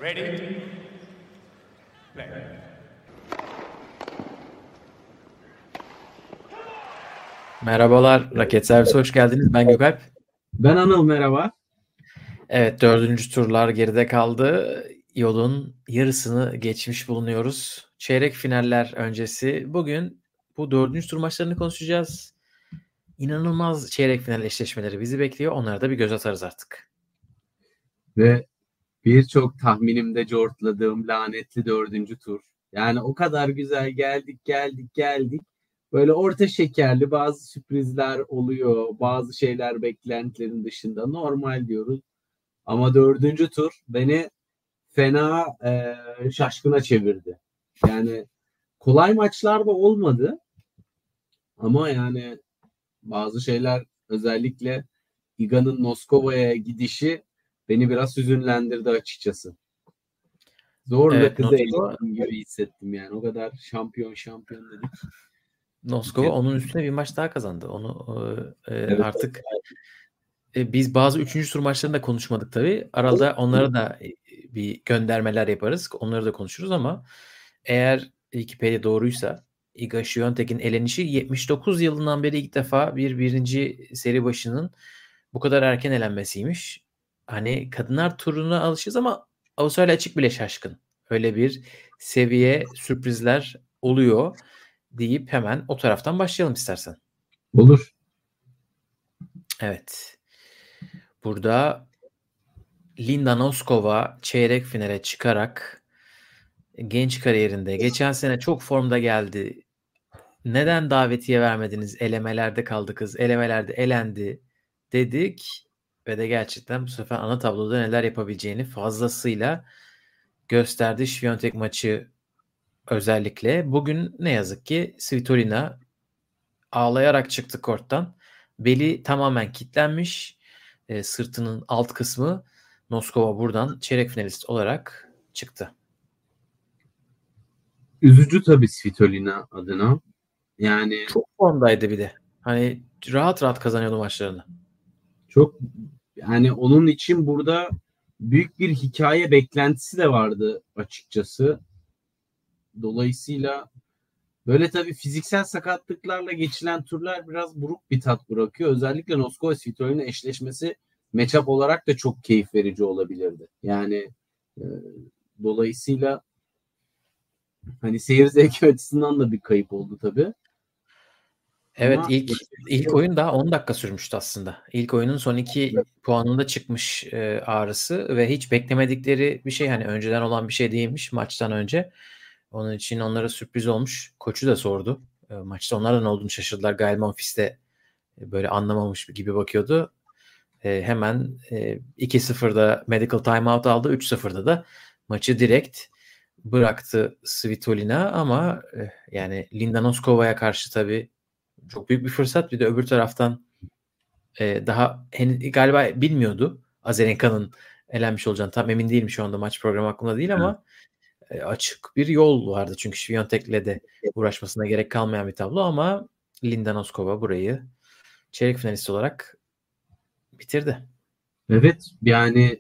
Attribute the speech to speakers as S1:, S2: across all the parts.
S1: Ready? Play.
S2: Merhabalar, Raket Servisi hoş geldiniz. Ben Gökalp.
S3: Ben Anıl, merhaba.
S2: Evet, 4. turlar geride kaldı. Yolun yarısını geçmiş bulunuyoruz. Çeyrek finaller öncesi. Bugün bu 4. tur maçlarını konuşacağız. İnanılmaz çeyrek final eşleşmeleri bizi bekliyor. Onlara da bir göz atarız artık.
S3: Ve birçok tahminimde cortladığım lanetli 4. tur. Yani o kadar güzel geldik. Böyle orta şekerli bazı sürprizler oluyor. Bazı şeyler beklentilerin dışında. Normal diyoruz. Ama 4. tur beni fena şaşkına çevirdi. Yani kolay maçlar da olmadı. Ama yani bazı şeyler, özellikle Iga'nın Noskova'ya gidişi beni biraz hüzünlendirdi açıkçası. Zorla
S2: Evet,
S3: kızı
S2: Noskova,
S3: elittim gibi hissettim yani. O kadar şampiyon dedik.
S2: Noskova onun üstüne bir maç daha kazandı. Onu
S3: Evet.
S2: artık biz bazı 3. tur maçlarını da konuşmadık tabii. Arada onlara da bir göndermeler yaparız. Onları da konuşuruz ama eğer Wikipedia doğruysa Iga Świątek'in elenişi 79 yılından beri ilk defa birinci seri başının bu kadar erken elenmesiymiş. Hani kadınlar turuna alışırız ama Avustralya açık bile şaşkın. Öyle bir seviye sürprizler oluyor deyip hemen o taraftan başlayalım istersen.
S3: Olur.
S2: Evet. Burada Linda Noskova çeyrek finale çıkarak genç kariyerinde geçen sene çok formda geldi. Neden davetiye vermediniz? Elemelerde kaldı kız. Elemelerde elendi dedik ve de gerçekten bu sefer ana tabloda neler yapabileceğini fazlasıyla gösterdi. Świątek maçı özellikle. Bugün ne yazık ki Svitolina ağlayarak çıktı korttan. Beli tamamen kilitlenmiş. Sırtının alt kısmı. Noskova buradan çeyrek finalist olarak çıktı.
S3: Üzücü tabii Svitolina adına. Yani
S2: Çok formdaydı bir de. Hani rahat rahat kazanıyordu maçlarını.
S3: çok, yani onun için burada büyük bir hikaye beklentisi de vardı açıkçası. Dolayısıyla böyle tabii fiziksel sakatlıklarla geçilen turlar biraz buruk bir tat bırakıyor. Özellikle Noskova Svitolina eşleşmesi matchup olarak da çok keyif verici olabilirdi. Yani dolayısıyla hani seyir zevki açısından da bir kayıp oldu tabii.
S2: Evet,
S3: Ama
S2: ilk oyun daha 10 dakika sürmüştü aslında. İlk oyunun son 2 puanında çıkmış ağrısı ve hiç beklemedikleri bir şey, hani önceden olan bir şey değilmiş maçtan önce. Onun için onlara sürpriz olmuş. Koçu da sordu. Maçta onlardan olduğunu şaşırdılar. Gael Monfils de böyle anlamamış gibi bakıyordu. Hemen 2-0'da medical timeout aldı. 3-0'da da maçı direkt bıraktı Svitolina ama yani Linda Noskova'ya karşı tabii çok büyük bir fırsat. Bir de öbür taraftan daha galiba bilmiyordu Azarenka'nın elenmiş olacağını. Tam emin değilim, şu anda maç programı aklımda değil ama açık bir yol vardı. Çünkü Świątek'le de uğraşmasına gerek kalmayan bir tablo ama Linda Noskova burayı çeyrek finalist olarak bitirdi.
S3: evet, yani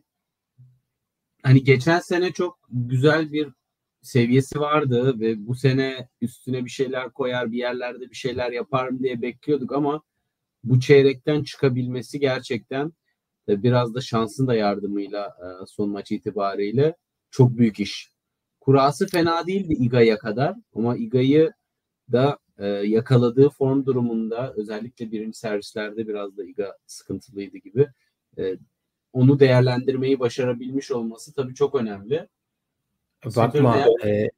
S3: hani geçen sene çok güzel bir seviyesi vardı ve bu sene üstüne bir şeyler koyar, bir yerlerde bir şeyler yapar mı diye bekliyorduk ama bu çeyrekten çıkabilmesi gerçekten biraz da şansın da yardımıyla son maç itibariyle çok büyük iş. Kurası fena değildi Iga'ya kadar ama Iga'yı da yakaladığı form durumunda, özellikle birinci servislerde biraz da Iga sıkıntılıydı gibi. Onu değerlendirmeyi başarabilmiş olması tabii çok önemli.
S2: Bakma,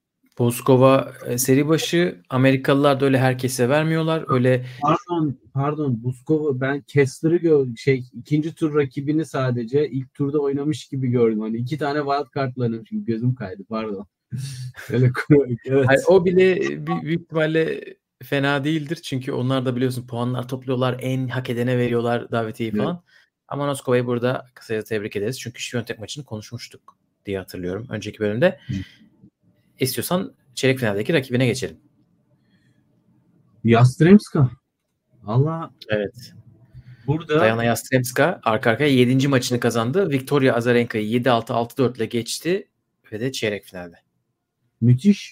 S2: Boskova seri başı, Amerikalılar da öyle herkese vermiyorlar. Öyle
S3: Pardon, Buskova, ben Kessler'ı ikinci tur rakibini sadece ilk turda oynamış gibi gördüm. Hani 2 tane wild kartlarım, çünkü gözüm kaydı, pardon. Öyle evet.
S2: hayır, o bile büyük ihtimalle fena değildir. Çünkü onlar da biliyorsun puanlar topluyorlar. En hak edene veriyorlar davetiyeyi
S3: Evet.
S2: falan. Ama Noskova'yı burada kısaca tebrik ederiz. Çünkü Świątek maçını konuşmuştuk diye hatırlıyorum önceki bölümde. İstiyorsan çeyrek finaldeki rakibine geçelim.
S3: Yastremska. Allah,
S2: Evet.
S3: burada
S2: Diana Yastremska arka arkaya 7. maçını kazandı. Victoria Azarenka'yı 7-6, 6-4 ile geçti ve de çeyrek finalde.
S3: Müthiş.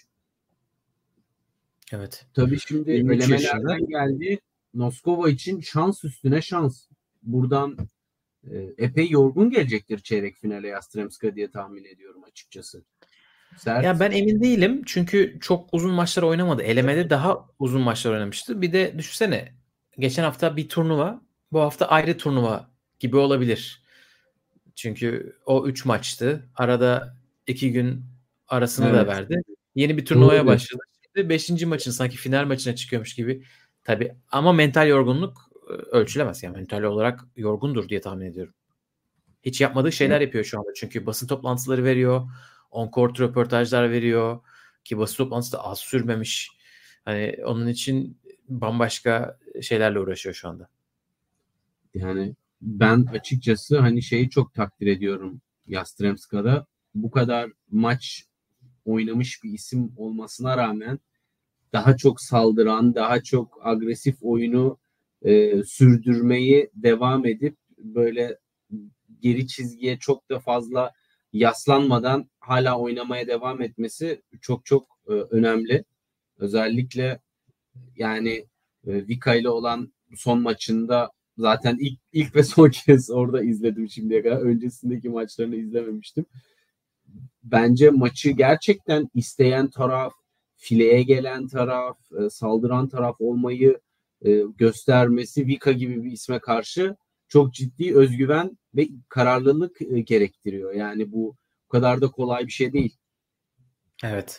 S2: Evet.
S3: Tabii şimdi
S2: 23
S3: elemelerden geldi. Noskova için şans üstüne şans. Buradan epey yorgun gelecektir çeyrek finale Yastremska diye tahmin ediyorum açıkçası. Sert.
S2: Ya ben emin değilim çünkü çok uzun maçlar oynamadı. Elemede daha uzun maçlar oynamıştı. Bir de düşünsene, geçen hafta bir turnuva, bu hafta ayrı turnuva gibi olabilir. Çünkü o 3 maçtı. Arada 2 gün arasını da
S3: Evet.
S2: verdi. Yeni bir turnuvaya
S3: Doğru.
S2: başladı. Şimdi 5. maçın sanki final maçına çıkıyormuş gibi. Tabii ama mental yorgunluk ölçülemez. Yani mental olarak yorgundur diye tahmin ediyorum. Hiç yapmadığı şeyler yapıyor şu anda. Çünkü basın toplantıları veriyor. On-court röportajlar veriyor. Ki basın toplantısı da az sürmemiş. Hani onun için bambaşka şeylerle uğraşıyor şu anda.
S3: Yani ben açıkçası hani şeyi çok takdir ediyorum Yastremska'da. Bu kadar maç oynamış bir isim olmasına rağmen daha çok saldıran, daha çok agresif oyunu sürdürmeyi devam edip böyle geri çizgiye çok da fazla yaslanmadan hala oynamaya devam etmesi çok çok önemli. Özellikle yani Vika ile olan son maçında zaten ilk ve son kez orada izledim şimdiye kadar. Öncesindeki maçlarını izlememiştim. Bence maçı gerçekten isteyen taraf, fileye gelen taraf, saldıran taraf olmayı göstermesi Vika gibi bir isme karşı çok ciddi özgüven ve kararlılık gerektiriyor. Yani bu kadar da kolay bir şey değil.
S2: Evet.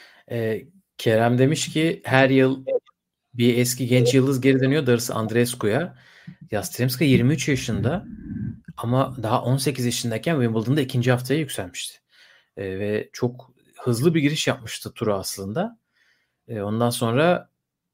S2: Kerem demiş ki her yıl bir eski genç yıldız geri dönüyor, darısı Andreescu'ya. Yastremska 23 yaşında ama daha 18 yaşındayken Wimbledon'da ikinci haftaya yükselmişti. Ve çok hızlı bir giriş yapmıştı tura aslında. Ondan sonra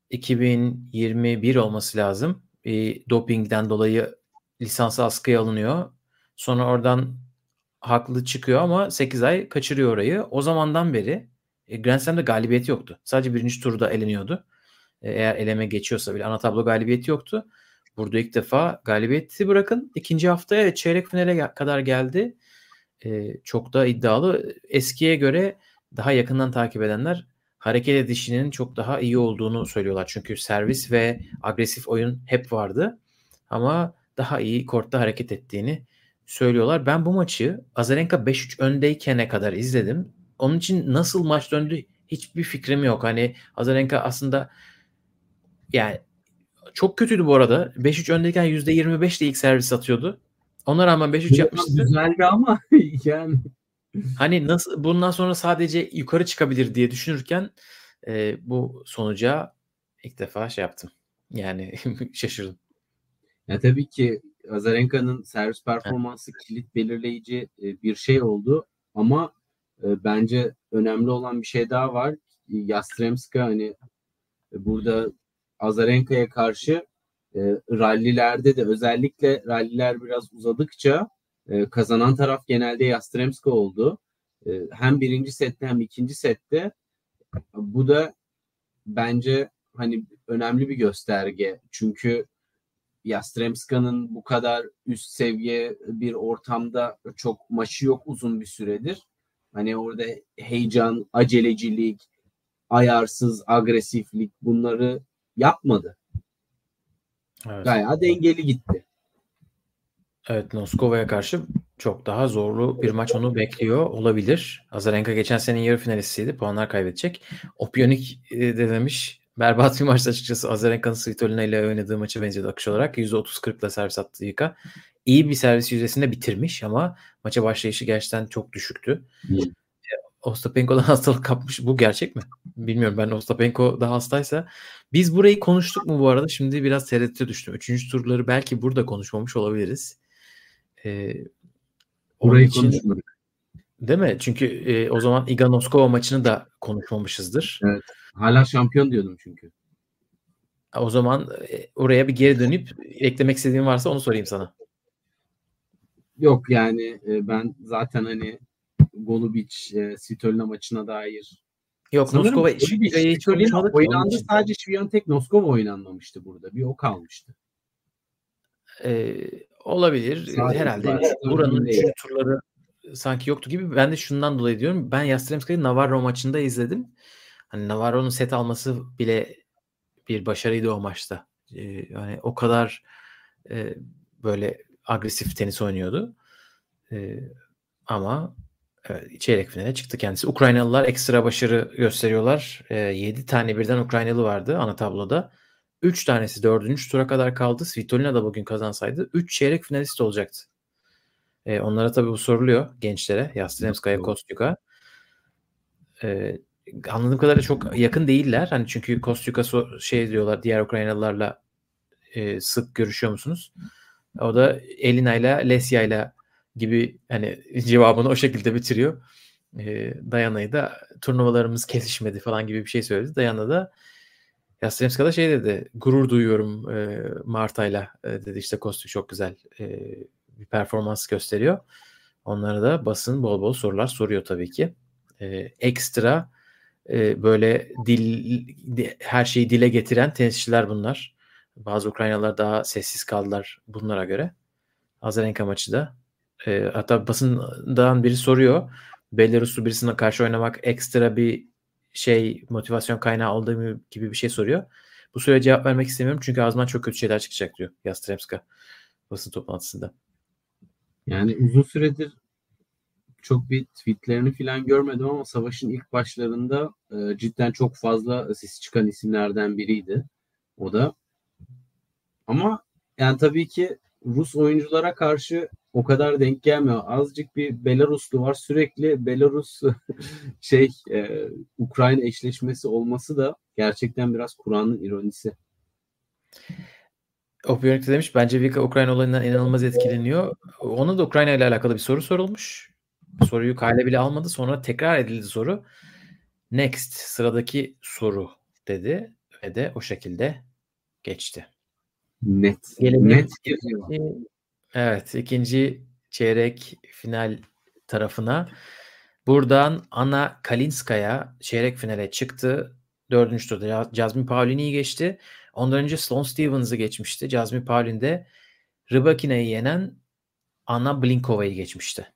S2: 2021 olması lazım. Dopingden dolayı lisansı askıya alınıyor. Sonra oradan haklı çıkıyor ama 8 ay kaçırıyor orayı. O zamandan beri Grand Slam'de galibiyeti yoktu. Sadece birinci turda eleniyordu. Eğer eleme geçiyorsa bile ana tablo galibiyeti yoktu. Burada ilk defa galibiyeti bırakın. İkinci haftaya çeyrek finale kadar geldi. Çok da iddialı. Eskiye göre daha yakından takip edenler hareket edişinin çok daha iyi olduğunu söylüyorlar. Çünkü servis ve agresif oyun hep vardı. Ama daha iyi kortta hareket ettiğini söylüyorlar. Ben bu maçı Azarenka 5-3 öndeyken'e kadar izledim. Onun için nasıl maç döndü hiçbir fikrim yok. Hani Azarenka aslında yani çok kötüydü bu arada. 5-3 öndeyken %25 ile ilk servis atıyordu. Ona rağmen 5-3 yapmıştı.
S3: Güzeldi ama yani.
S2: Hani nasıl bundan sonra sadece yukarı çıkabilir diye düşünürken bu sonuca ilk defa şey yaptım. Yani şaşırdım.
S3: Ya tabii ki Azarenka'nın servis performansı kilit belirleyici bir şey oldu ama bence önemli olan bir şey daha var. Yastremska hani burada Azarenka'ya karşı rallilerde de özellikle ralliler biraz uzadıkça kazanan taraf genelde Yastremska oldu. Hem birinci sette hem ikinci sette. Bu da bence hani önemli bir gösterge. Çünkü Yastremska'nın bu kadar üst seviye bir ortamda çok maçı yok uzun bir süredir. Hani orada heyecan, acelecilik, ayarsız, agresiflik bunları yapmadı.
S2: Evet.
S3: Bayağı dengeli gitti.
S2: Evet, Noskova'ya karşı çok daha zorlu bir maç onu bekliyor olabilir. Azarenka geçen senenin yarı finalistiydi. Puanlar kaybedecek. Opionik de demiş. Berbat bir maçtı açıkçası. Azarenka'nın Svitolina ile oynadığı maçı benziyordu akış olarak. %30-40'la servis attı Vika. İyi bir servis yüzdesinde bitirmiş ama maça başlayışı gerçekten çok düşüktü. Ostapenko'dan hastalık kapmış. Bu gerçek mi? Bilmiyorum. Ben Ostapenko da hastaysa. Biz burayı konuştuk mu bu arada? Şimdi biraz tereddüte düştüm. Üçüncü turları belki burada konuşmamış olabiliriz. Onun için
S3: konuşmadık.
S2: değil mi? Çünkü o zaman Iga Noskova maçını da konuşmamışızdır.
S3: Evet. Hala şampiyon diyordum çünkü.
S2: O zaman oraya bir geri dönüp eklemek istediğin varsa onu sorayım sana.
S3: Yok yani ben zaten hani Golubic, Svitolina maçına dair.
S2: Yok,
S3: Sanırım
S2: Noskova
S3: Golubic,
S2: hiç konuşmadık.
S3: oynandı, sadece Swiatek Noskova oynanmamıştı burada. Bir o kalmıştı.
S2: Olabilir.
S3: Sadece
S2: Herhalde
S3: zaten
S2: buranın
S3: değil.
S2: üçüncü turları sanki yoktu gibi. Ben de şundan dolayı diyorum. Ben Yastremska'yı Navarro maçında izledim. Hani Navarro'nun set alması bile bir başarıydı o maçta. Yani o kadar böyle agresif tenis oynuyordu. Ama çeyrek finale çıktı kendisi. Ukraynalılar ekstra başarı gösteriyorlar. 7 tane birden Ukraynalı vardı ana tabloda. 3 tanesi 4. tura kadar kaldı. Svitolina da bugün kazansaydı 3 çeyrek finalist olacaktı. Onlara tabii bu soruluyor gençlere. Yastremskaya, Kostyuk'a. Anladığım kadarıyla çok yakın değiller. Hani çünkü Kostyuk'a şey diyorlar, diğer Ukraynalılarla sık görüşüyor musunuz? O da Elina'yla, Lesya'yla gibi hani cevabını o şekilde bitiriyor. Dayana'yı da turnuvalarımız kesişmedi falan gibi bir şey söyledi. Dayana da Yastremska'da şey dedi, gurur duyuyorum Marta'yla dedi, işte Kostyuk çok güzel bir performans gösteriyor. Onlara da basın bol bol sorular soruyor tabii ki. Ekstra böyle her şeyi dile getiren tenisçiler bunlar. Bazı Ukraynalılar daha sessiz kaldılar bunlara göre. Azarenka maçı da. Hatta basından biri soruyor. Belaruslu birisine karşı oynamak ekstra bir şey, motivasyon kaynağı olduğu mu gibi bir şey soruyor. Bu soruya cevap vermek istemiyorum çünkü ağzımdan çok kötü şeyler çıkacak diyor Yastremska basın toplantısında.
S3: Yani uzun süredir çok bir tweetlerini falan görmedim ama savaşın ilk başlarında cidden çok fazla sesi çıkan isimlerden biriydi. O da. Ama yani tabii ki Rus oyunculara karşı o kadar denk gelmiyor. Azıcık bir Belaruslu var. Sürekli Belarus Ukrayna eşleşmesi olması da gerçekten biraz Kur'an'ın ironisi.
S2: Opionik'te demiş bence Vika Ukrayna olayından inanılmaz etkileniyor. Ona da Ukrayna ile alakalı bir soru sorulmuş. Soruyu kale bile almadı. Sonra tekrar edildi soru. Next, sıradaki soru dedi ve de o şekilde geçti.
S3: Net.
S2: Gelelim
S3: Net.
S2: Evet, ikinci çeyrek final tarafına. Buradan Anna Kalinskaya çeyrek finale çıktı. 4. turda Jasmine Paolini'yi geçti. Ondan önce Sloane Stephens'ı geçmişti. Jasmine Paolini de Rybakina'yı yenen Anna Blinkova'yı geçmişti.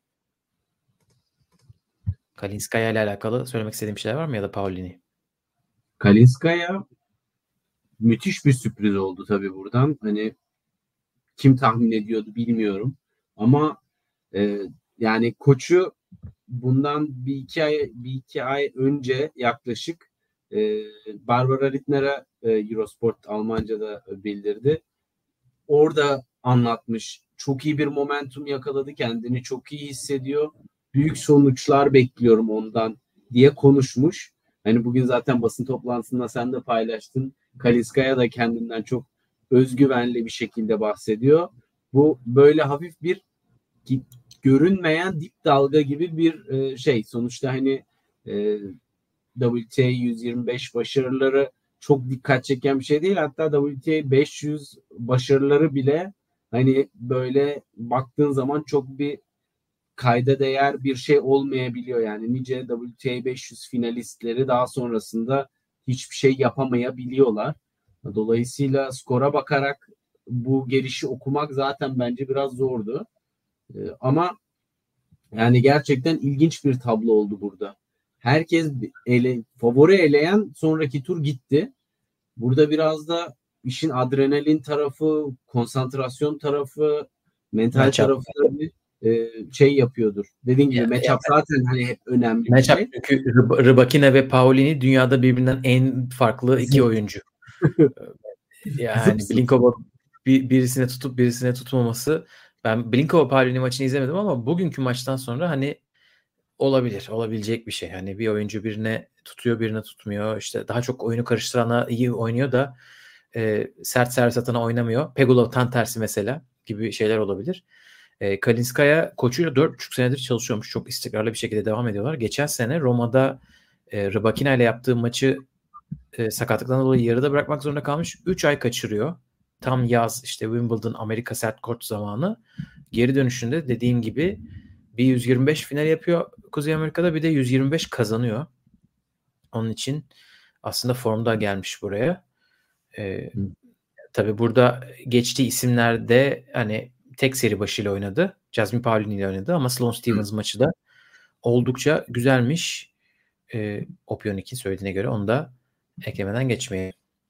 S2: Kalinskaya ile alakalı söylemek istediğim şeyler var mı ya da Paolini?
S3: Kalinskaya müthiş bir sürpriz oldu tabii buradan. Hani kim tahmin ediyordu bilmiyorum. Ama yani koçu bundan bir iki ay önce yaklaşık Barbara Rittner'a Eurosport Almanca'da bildirdi. Orada anlatmış. Çok iyi bir momentum yakaladı. Kendini çok iyi hissediyor. Büyük sonuçlar bekliyorum ondan diye konuşmuş. Hani bugün zaten basın toplantısında sen de paylaştın. Kalinskaya da kendinden çok özgüvenli bir şekilde bahsediyor. Bu böyle hafif bir görünmeyen dip dalga gibi bir şey. Sonuçta hani WTA 125 başarıları çok dikkat çeken bir şey değil. Hatta WTA 500 başarıları bile hani böyle baktığın zaman çok bir kayda değer bir şey olmayabiliyor. Yani nice WTA 500 finalistleri daha sonrasında hiçbir şey yapamayabiliyorlar. Dolayısıyla skora bakarak bu gelişi okumak zaten bence biraz zordu. Ama yani gerçekten ilginç bir tablo oldu burada. Herkes favori eleyen sonraki tur gitti. Burada biraz da işin adrenalin tarafı, konsantrasyon tarafı, mental tarafı şey yapıyordur. Dediğim gibi matchup zaten hani hep önemli bir şey.
S2: Çünkü Rybakina ve Paolini dünyada birbirinden en farklı iki oyuncu. Yani Blinkova birisine tutup birisine tutmaması. Ben Blinkova Paolini maçını izlemedim ama bugünkü maçtan sonra hani olabilecek bir şey. Hani bir oyuncu birine tutuyor, birine tutmuyor. İşte daha çok oyunu karıştırana iyi oynuyor da sert servis atana oynamıyor. Pegula tam tersi mesela gibi şeyler olabilir. Kalinskaya koçuyla 4,5 senedir çalışıyormuş. Çok istikrarlı bir şekilde devam ediyorlar. Geçen sene Roma'da Rybakina ile yaptığı maçı sakatlıktan dolayı yarıda bırakmak zorunda kalmış. 3 ay kaçırıyor. Tam yaz işte Wimbledon Amerika sert kort zamanı. Geri dönüşünde dediğim gibi bir 125 final yapıyor Kuzey Amerika'da, bir de 125 kazanıyor. Onun için aslında formda gelmiş buraya. Tabii burada geçtiği isimlerde hani tek seri başıyla oynadı. Jasmine Paolini ile oynadı ama Sloane Stephens maçı da oldukça güzelmiş. Opioniki söylediğine göre onu da eklemeden geçmeye.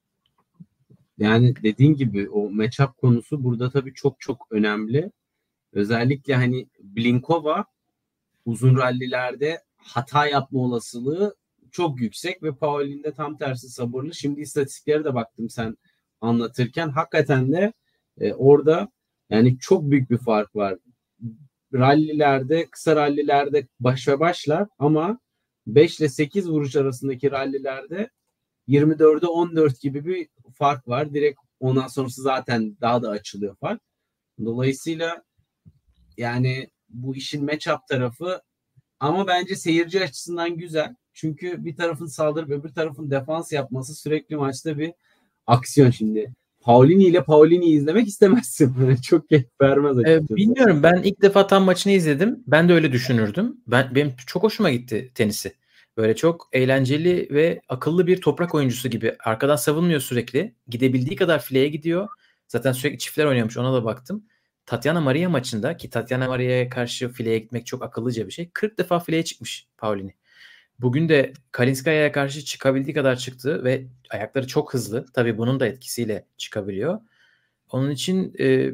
S3: Yani dediğin gibi o matchup konusu burada tabii çok çok önemli. Özellikle hani Blinkova uzun rallilerde hata yapma olasılığı çok yüksek ve Paulin'de tam tersi sabırlı. Şimdi istatistiklere de baktım sen anlatırken. Hakikaten de orada yani çok büyük bir fark var. Rallilerde, kısa rallilerde başlar ama 5 ile 8 vuruş arasındaki rallilerde 24'e 14 gibi bir fark var. Direkt ondan sonrası zaten daha da açılıyor fark. Dolayısıyla yani bu işin matchup tarafı ama bence seyirci açısından güzel. Çünkü bir tarafın saldırıp öbür tarafın defans yapması sürekli maçta bir aksiyon şimdi. Paulini'yi izlemek istemezsin. Çok keyif vermez açıkçası.
S2: Bilmiyorum, ben ilk defa tam maçını izledim. Ben de öyle düşünürdüm. Benim çok hoşuma gitti tenisi. Böyle çok eğlenceli ve akıllı bir toprak oyuncusu gibi. Arkadan savunmuyor sürekli. Gidebildiği kadar fileye gidiyor. Zaten sürekli çiftler oynuyormuş, ona da baktım. Tatiana Maria maçında, ki Tatiana Maria'ya karşı fileye gitmek çok akıllıca bir şey, 40 defa fileye çıkmış Paulini. Bugün de Kalinskaya'ya karşı çıkabildiği kadar çıktı ve ayakları çok hızlı. Tabii bunun da etkisiyle çıkabiliyor. Onun için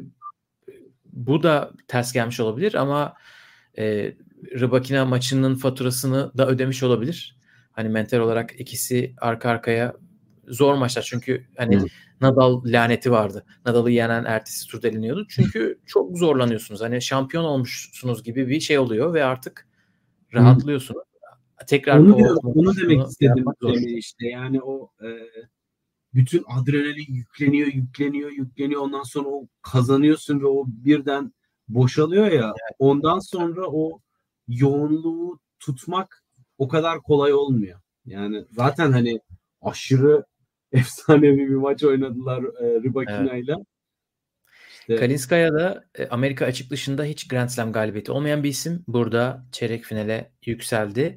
S2: bu da ters gelmiş olabilir ama Rybakina maçının faturasını da ödemiş olabilir. Hani mental olarak ikisi arka arkaya zor maçlar. Çünkü hani Nadal laneti vardı. Nadal'ı yenen ertesi turda eleniyordu. Çünkü çok zorlanıyorsunuz. Hani şampiyon olmuşsunuz gibi bir şey oluyor ve artık rahatlıyorsunuz. Tekrar
S3: onu demek istedim işte. Yani o bütün adrenalin yükleniyor. Ondan sonra o kazanıyorsun ve o birden boşalıyor ya. Evet. Ondan sonra o yoğunluğu tutmak o kadar kolay olmuyor. Yani zaten hani aşırı efsanevi bir maç oynadılar Rybakina ile.
S2: İşte Kalinskaya da Amerika açık dışında hiç Grand Slam galibiyeti olmayan bir isim. Burada çeyrek finale yükseldi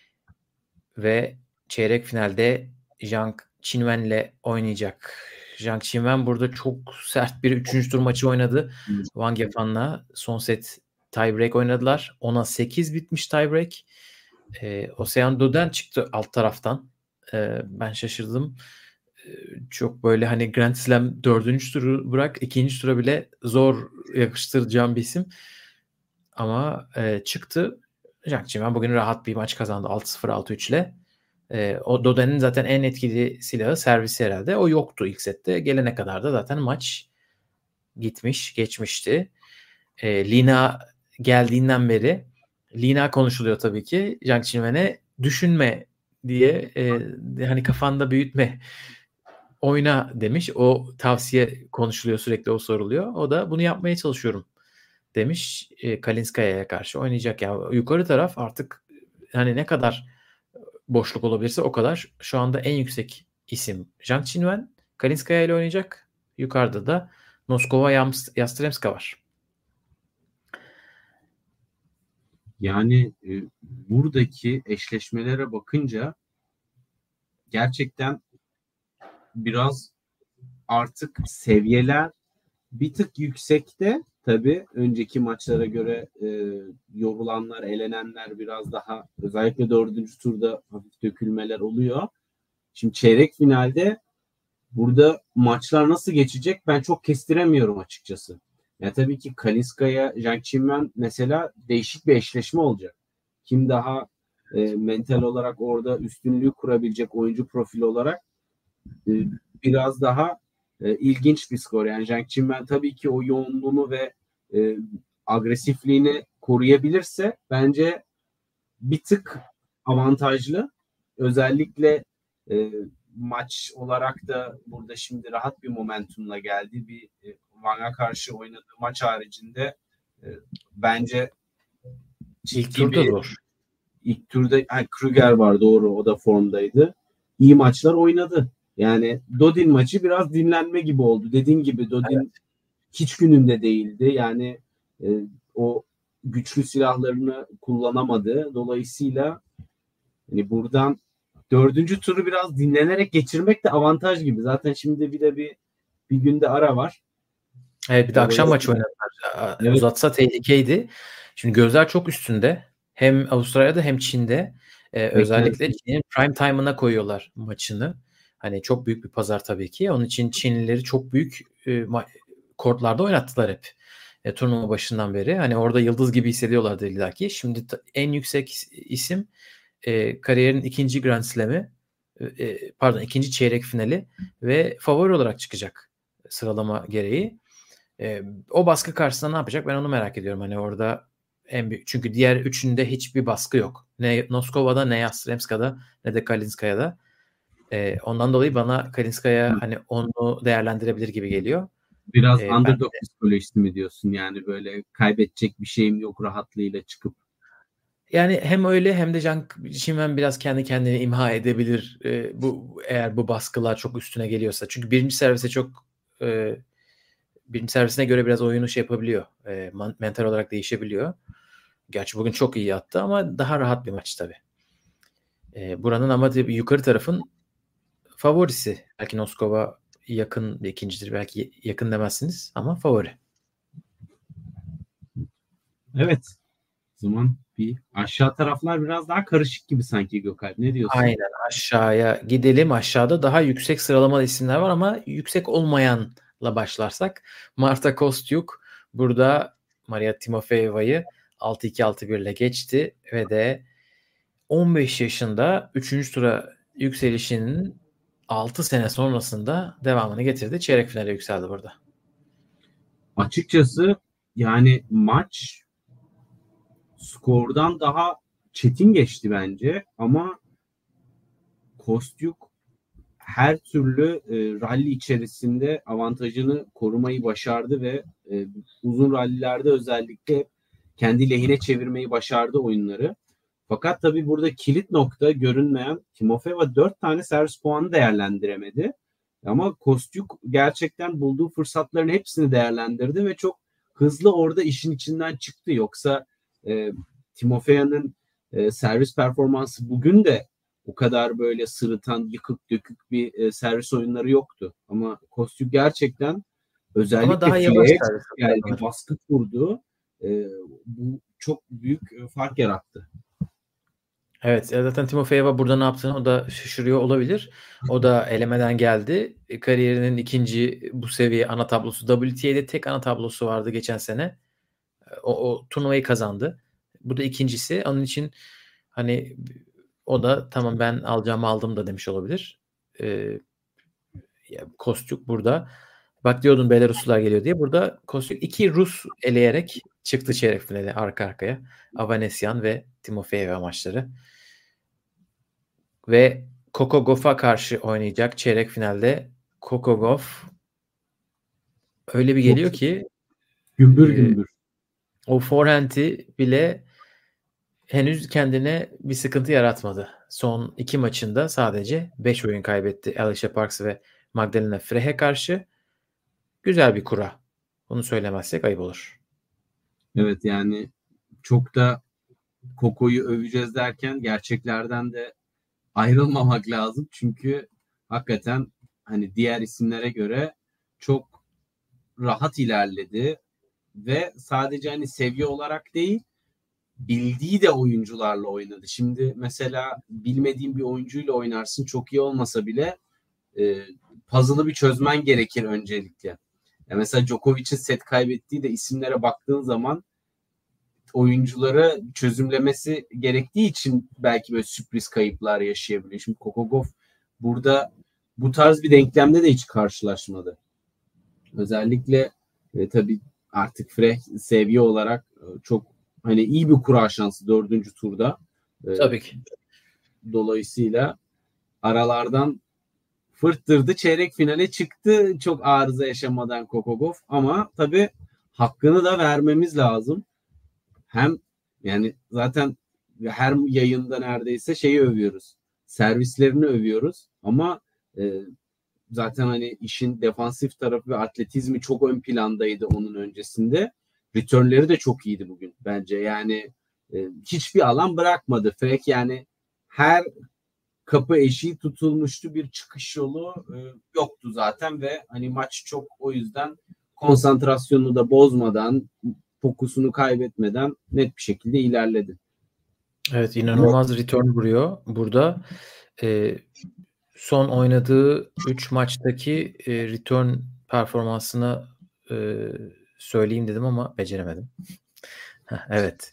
S2: ve çeyrek finalde Zhang Qinwen ile oynayacak. Zhang Qinwen burada çok sert bir 3. tur maçı oynadı. Wang Yafan'la son set tiebreak oynadılar. 10'a 8 bitmiş tiebreak. Ocean Doden çıktı alt taraftan. Ben şaşırdım. Çok böyle hani Grand Slam 4. turu bırak 2. tura bile zor yakıştıracağım bir isim. Ama çıktı. Zhang Qinwen bugün rahat bir maç kazandı 6-0 6-3 ile. O Doden'in zaten en etkili silahı servisi herhalde. O yoktu ilk sette. Gelene kadar da zaten maç geçmişti. Lina geldiğinden beri Lina konuşuluyor tabii ki. Zhang Qinwen'e düşünme diye hani kafanda büyütme, oyna demiş. O tavsiye konuşuluyor, sürekli o soruluyor. O da bunu yapmaya çalışıyorum demiş. Kalinskaya'ya karşı oynayacak. Yani yukarı taraf artık hani ne kadar boşluk olabilirse o kadar. Şu anda en yüksek isim Zhang Qinwen. Kalinskaya ile oynayacak. Yukarıda da Noskova Yastremska var.
S3: Yani buradaki eşleşmelere bakınca gerçekten biraz artık seviyeler bir tık yüksekte. Tabii önceki maçlara göre yorulanlar, elenenler biraz daha, özellikle 4. turda hafif dökülmeler oluyor. Şimdi çeyrek finalde burada maçlar nasıl geçecek ben çok kestiremiyorum açıkçası. Ya tabii ki Kalinskaya, Zhang Qinwen mesela değişik bir eşleşme olacak. Kim daha mental olarak orada üstünlüğü kurabilecek oyuncu profili olarak biraz daha ilginç bir skor. Yani Zhang Qinwen tabii ki o yoğunluğunu ve agresifliğini koruyabilirse bence bir tık avantajlı. Özellikle maç olarak da burada şimdi rahat bir momentumla geldi. Bir Wang'a karşı oynadığı maç haricinde bence
S2: ilk turda zor.
S3: İlk turda Kruger var, doğru, o da formdaydı. İyi maçlar oynadı. Yani Dodin maçı biraz dinlenme gibi oldu. Dediğin gibi Dodin hiç gününde değildi. Yani o güçlü silahlarını kullanamadı. Dolayısıyla hani buradan 4. turu biraz dinlenerek geçirmek de avantaj gibi. Zaten şimdi bir de bir günde ara var.
S2: Evet, bir de akşam maçı oynadılar.
S3: Evet.
S2: Uzatsa tehlikeydi. Şimdi gözler çok üstünde. Hem Avustralya'da hem Çin'de. Özellikle Çin'in prime time'ına koyuyorlar maçını. Hani çok büyük bir pazar tabii ki. Onun için Çinlileri çok büyük kortlarda oynattılar hep. Turnuva başından beri. Hani orada yıldız gibi hissediyorlardı illaki. Şimdi en yüksek isim kariyerin ikinci Grand Slam'i, ikinci çeyrek finali ve favori olarak çıkacak sıralama gereği. O baskı karşısında ne yapacak? Ben onu merak ediyorum. Hani orada en büyük, çünkü diğer üçünde hiçbir baskı yok. Ne Noskova'da, ne Yastremska'da, ne de Kalinska'da. Ondan dolayı bana Kalinska'ya hani onu değerlendirebilir gibi geliyor.
S3: Biraz underdog psikolojisi mi diyorsun? Yani böyle kaybedecek bir şeyim yok rahatlığıyla çıkıp.
S2: Yani hem öyle hem de Can Çimen biraz kendi kendine imha edebilir. Bu eğer bu baskılar çok üstüne geliyorsa. Çünkü birinci servisine göre biraz oyunu şey yapabiliyor. Mental olarak değişebiliyor. Gerçi bugün çok iyi attı ama daha rahat bir maç tabii. Buranın ama yukarı tarafın favorisi. Belki Noskova yakın bir ikincidir. Belki yakın demezsiniz ama favori.
S3: Evet. O zaman bir aşağı taraflar biraz daha karışık gibi sanki Gökalp. Ne diyorsun?
S2: Aynen, aşağıya gidelim. Aşağıda daha yüksek sıralamalı isimler var ama yüksek olmayanla başlarsak Marta Kostyuk burada Maria Timofeyeva'yı 6-2 6-1 ile geçti ve de 15 yaşında 3. tura yükselişinin 6 sene sonrasında devamını getirdi. Çeyrek finale yükseldi burada.
S3: Açıkçası yani maç skordan daha çetin geçti bence ama Kostyuk her türlü rally içerisinde avantajını korumayı başardı ve uzun rallilerde özellikle kendi lehine çevirmeyi başardı oyunları. Fakat tabii burada kilit nokta görünmeyen Timofeyeva 4 tane servis puanı değerlendiremedi. Ama Kostyuk gerçekten bulduğu fırsatların hepsini değerlendirdi ve çok hızlı orada işin içinden çıktı. Yoksa Timofeyeva'nın servis performansı bugün de o kadar böyle sırıtan, yıkık dökük bir servis oyunları yoktu. Ama Kostyuk gerçekten özellikle fileye geldi, baskı kurdu. Bu çok büyük fark yarattı.
S2: Evet, zaten Timofeyeva burada ne yaptığını o da şaşırıyor olabilir. O da elemeden geldi. Kariyerinin ikinci bu seviye ana tablosu. WTA'de tek ana tablosu vardı geçen sene. O turnuvayı kazandı. Bu da ikincisi. Onun için hani o da tamam ben alacağımı aldım da demiş olabilir. Kostyuk burada. Bak diyordun Belaruslular geliyor diye. Burada Kostyuk 2 Rus eleyerek çıktı çeyrek finale arka arkaya. Avanesyan ve Timofeyeva maçları. Ve Coco Gauff'a karşı oynayacak çeyrek finalde. Coco Gauff öyle bir geliyor ki
S3: gümbür gümbür.
S2: O forehand'i bile henüz kendine bir sıkıntı yaratmadı. Son 2 maçında sadece 5 oyun kaybetti Alicia Parks ve Magdalena Frey'e karşı. Güzel bir kura. Bunu söylemezsek ayıp olur.
S3: Evet yani çok da Coco'yu öveceğiz derken gerçeklerden de ayrılmamak lazım. Çünkü hakikaten hani diğer isimlere göre çok rahat ilerledi ve sadece hani seviye olarak değil bildiği de oyuncularla oynadı. Şimdi mesela bilmediğin bir oyuncuyla oynarsın çok iyi olmasa bile puzzle'ı bir çözmen gerekir öncelikle. Ya mesela Djokovic'in set kaybettiği de isimlere baktığın zaman oyunculara çözümlemesi gerektiği için belki böyle sürpriz kayıplar yaşayabiliyor. Şimdi Coco Gauff burada bu tarz bir denklemde de hiç karşılaşmadı. Özellikle tabii artık Frey seviye olarak çok hani iyi bir kura şansı 4. turda.
S2: Tabii ki.
S3: Dolayısıyla aralardan fırttırdı. Çeyrek finale çıktı. Çok arıza yaşamadan Coco Gauff ama tabii hakkını da vermemiz lazım. Hem yani zaten her yayında neredeyse şeyi övüyoruz. Servislerini övüyoruz ama zaten hani işin defansif tarafı ve atletizmi çok ön plandaydı onun öncesinde. Returnleri de çok iyiydi bugün bence. Yani hiçbir alan bırakmadı. Frek yani her kapı eşiği tutulmuştu. Bir çıkış yolu yoktu zaten ve hani maç çok o yüzden konsantrasyonunu da bozmadan, fokusunu kaybetmeden net bir şekilde ilerledi.
S2: Evet, inanılmaz return vuruyor burada. Son oynadığı 3 maçtaki return performansını söyleyeyim dedim ama beceremedim. Evet.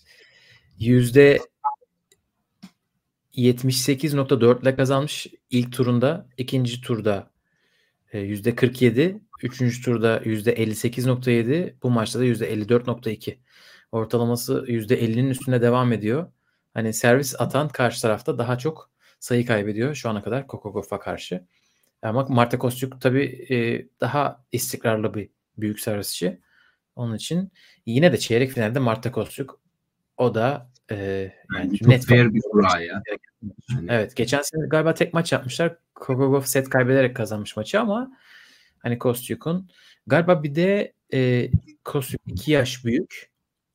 S2: %78.4 ile kazanmış ilk turunda. İkinci turda %47. Üçüncü turda %58.7. Bu maçta da %54.2. Ortalaması %50'nin üstünde devam ediyor. Hani servis atan karşı tarafta daha çok sayı kaybediyor şu ana kadar Coco Gauff'a karşı. Ama Marta Kostyuk tabii daha istikrarlı bir büyük servisçi. Onun için yine de çeyrek finalde Marta Kostyuk, o da
S3: yani çok net fair bir kura ya.
S2: Evet, geçen sene galiba tek maç yapmışlar. Coco Gauff set kaybederek kazanmış maçı ama hani Kostyuk'un galiba bir de Kostyuk 2 yaş büyük.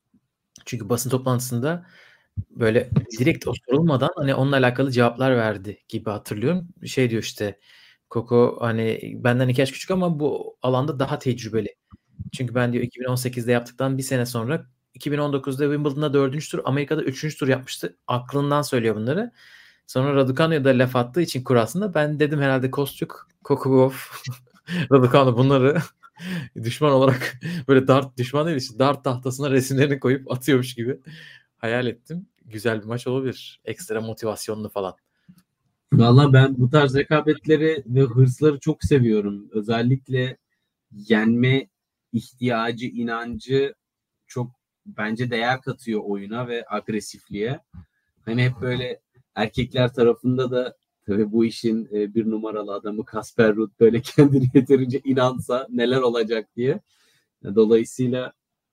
S2: Çünkü basın toplantısında böyle direkt o sorulmadan hani onunla alakalı cevaplar verdi gibi hatırlıyorum. Şey diyor işte, Coco hani benden 2 yaş küçük ama bu alanda daha tecrübeli. Çünkü ben diyor 2018'de yaptıktan bir sene sonra 2019'da Wimbledon'da 4. tur, Amerika'da 3. tur yapmıştı. Aklından söylüyor bunları. Sonra Raducanu'ya da laf attığı için kurasında ben dedim herhalde Kostyuk, Coco Gauff, Raducanu bunları düşman olarak böyle dart düşman değil işte dart tahtasına resimlerini koyup atıyormuş gibi hayal ettim. Güzel bir maç olabilir. Ekstra motivasyonlu falan.
S3: Valla ben bu tarz rekabetleri ve hırsları çok seviyorum. Özellikle yenme ihtiyacı, inancı çok bence değer katıyor oyuna ve agresifliğe. Hani hep böyle erkekler tarafında da tabii bu işin bir numaralı adamı Casper Ruud böyle kendini yeterince inansa neler olacak diye. Dolayısıyla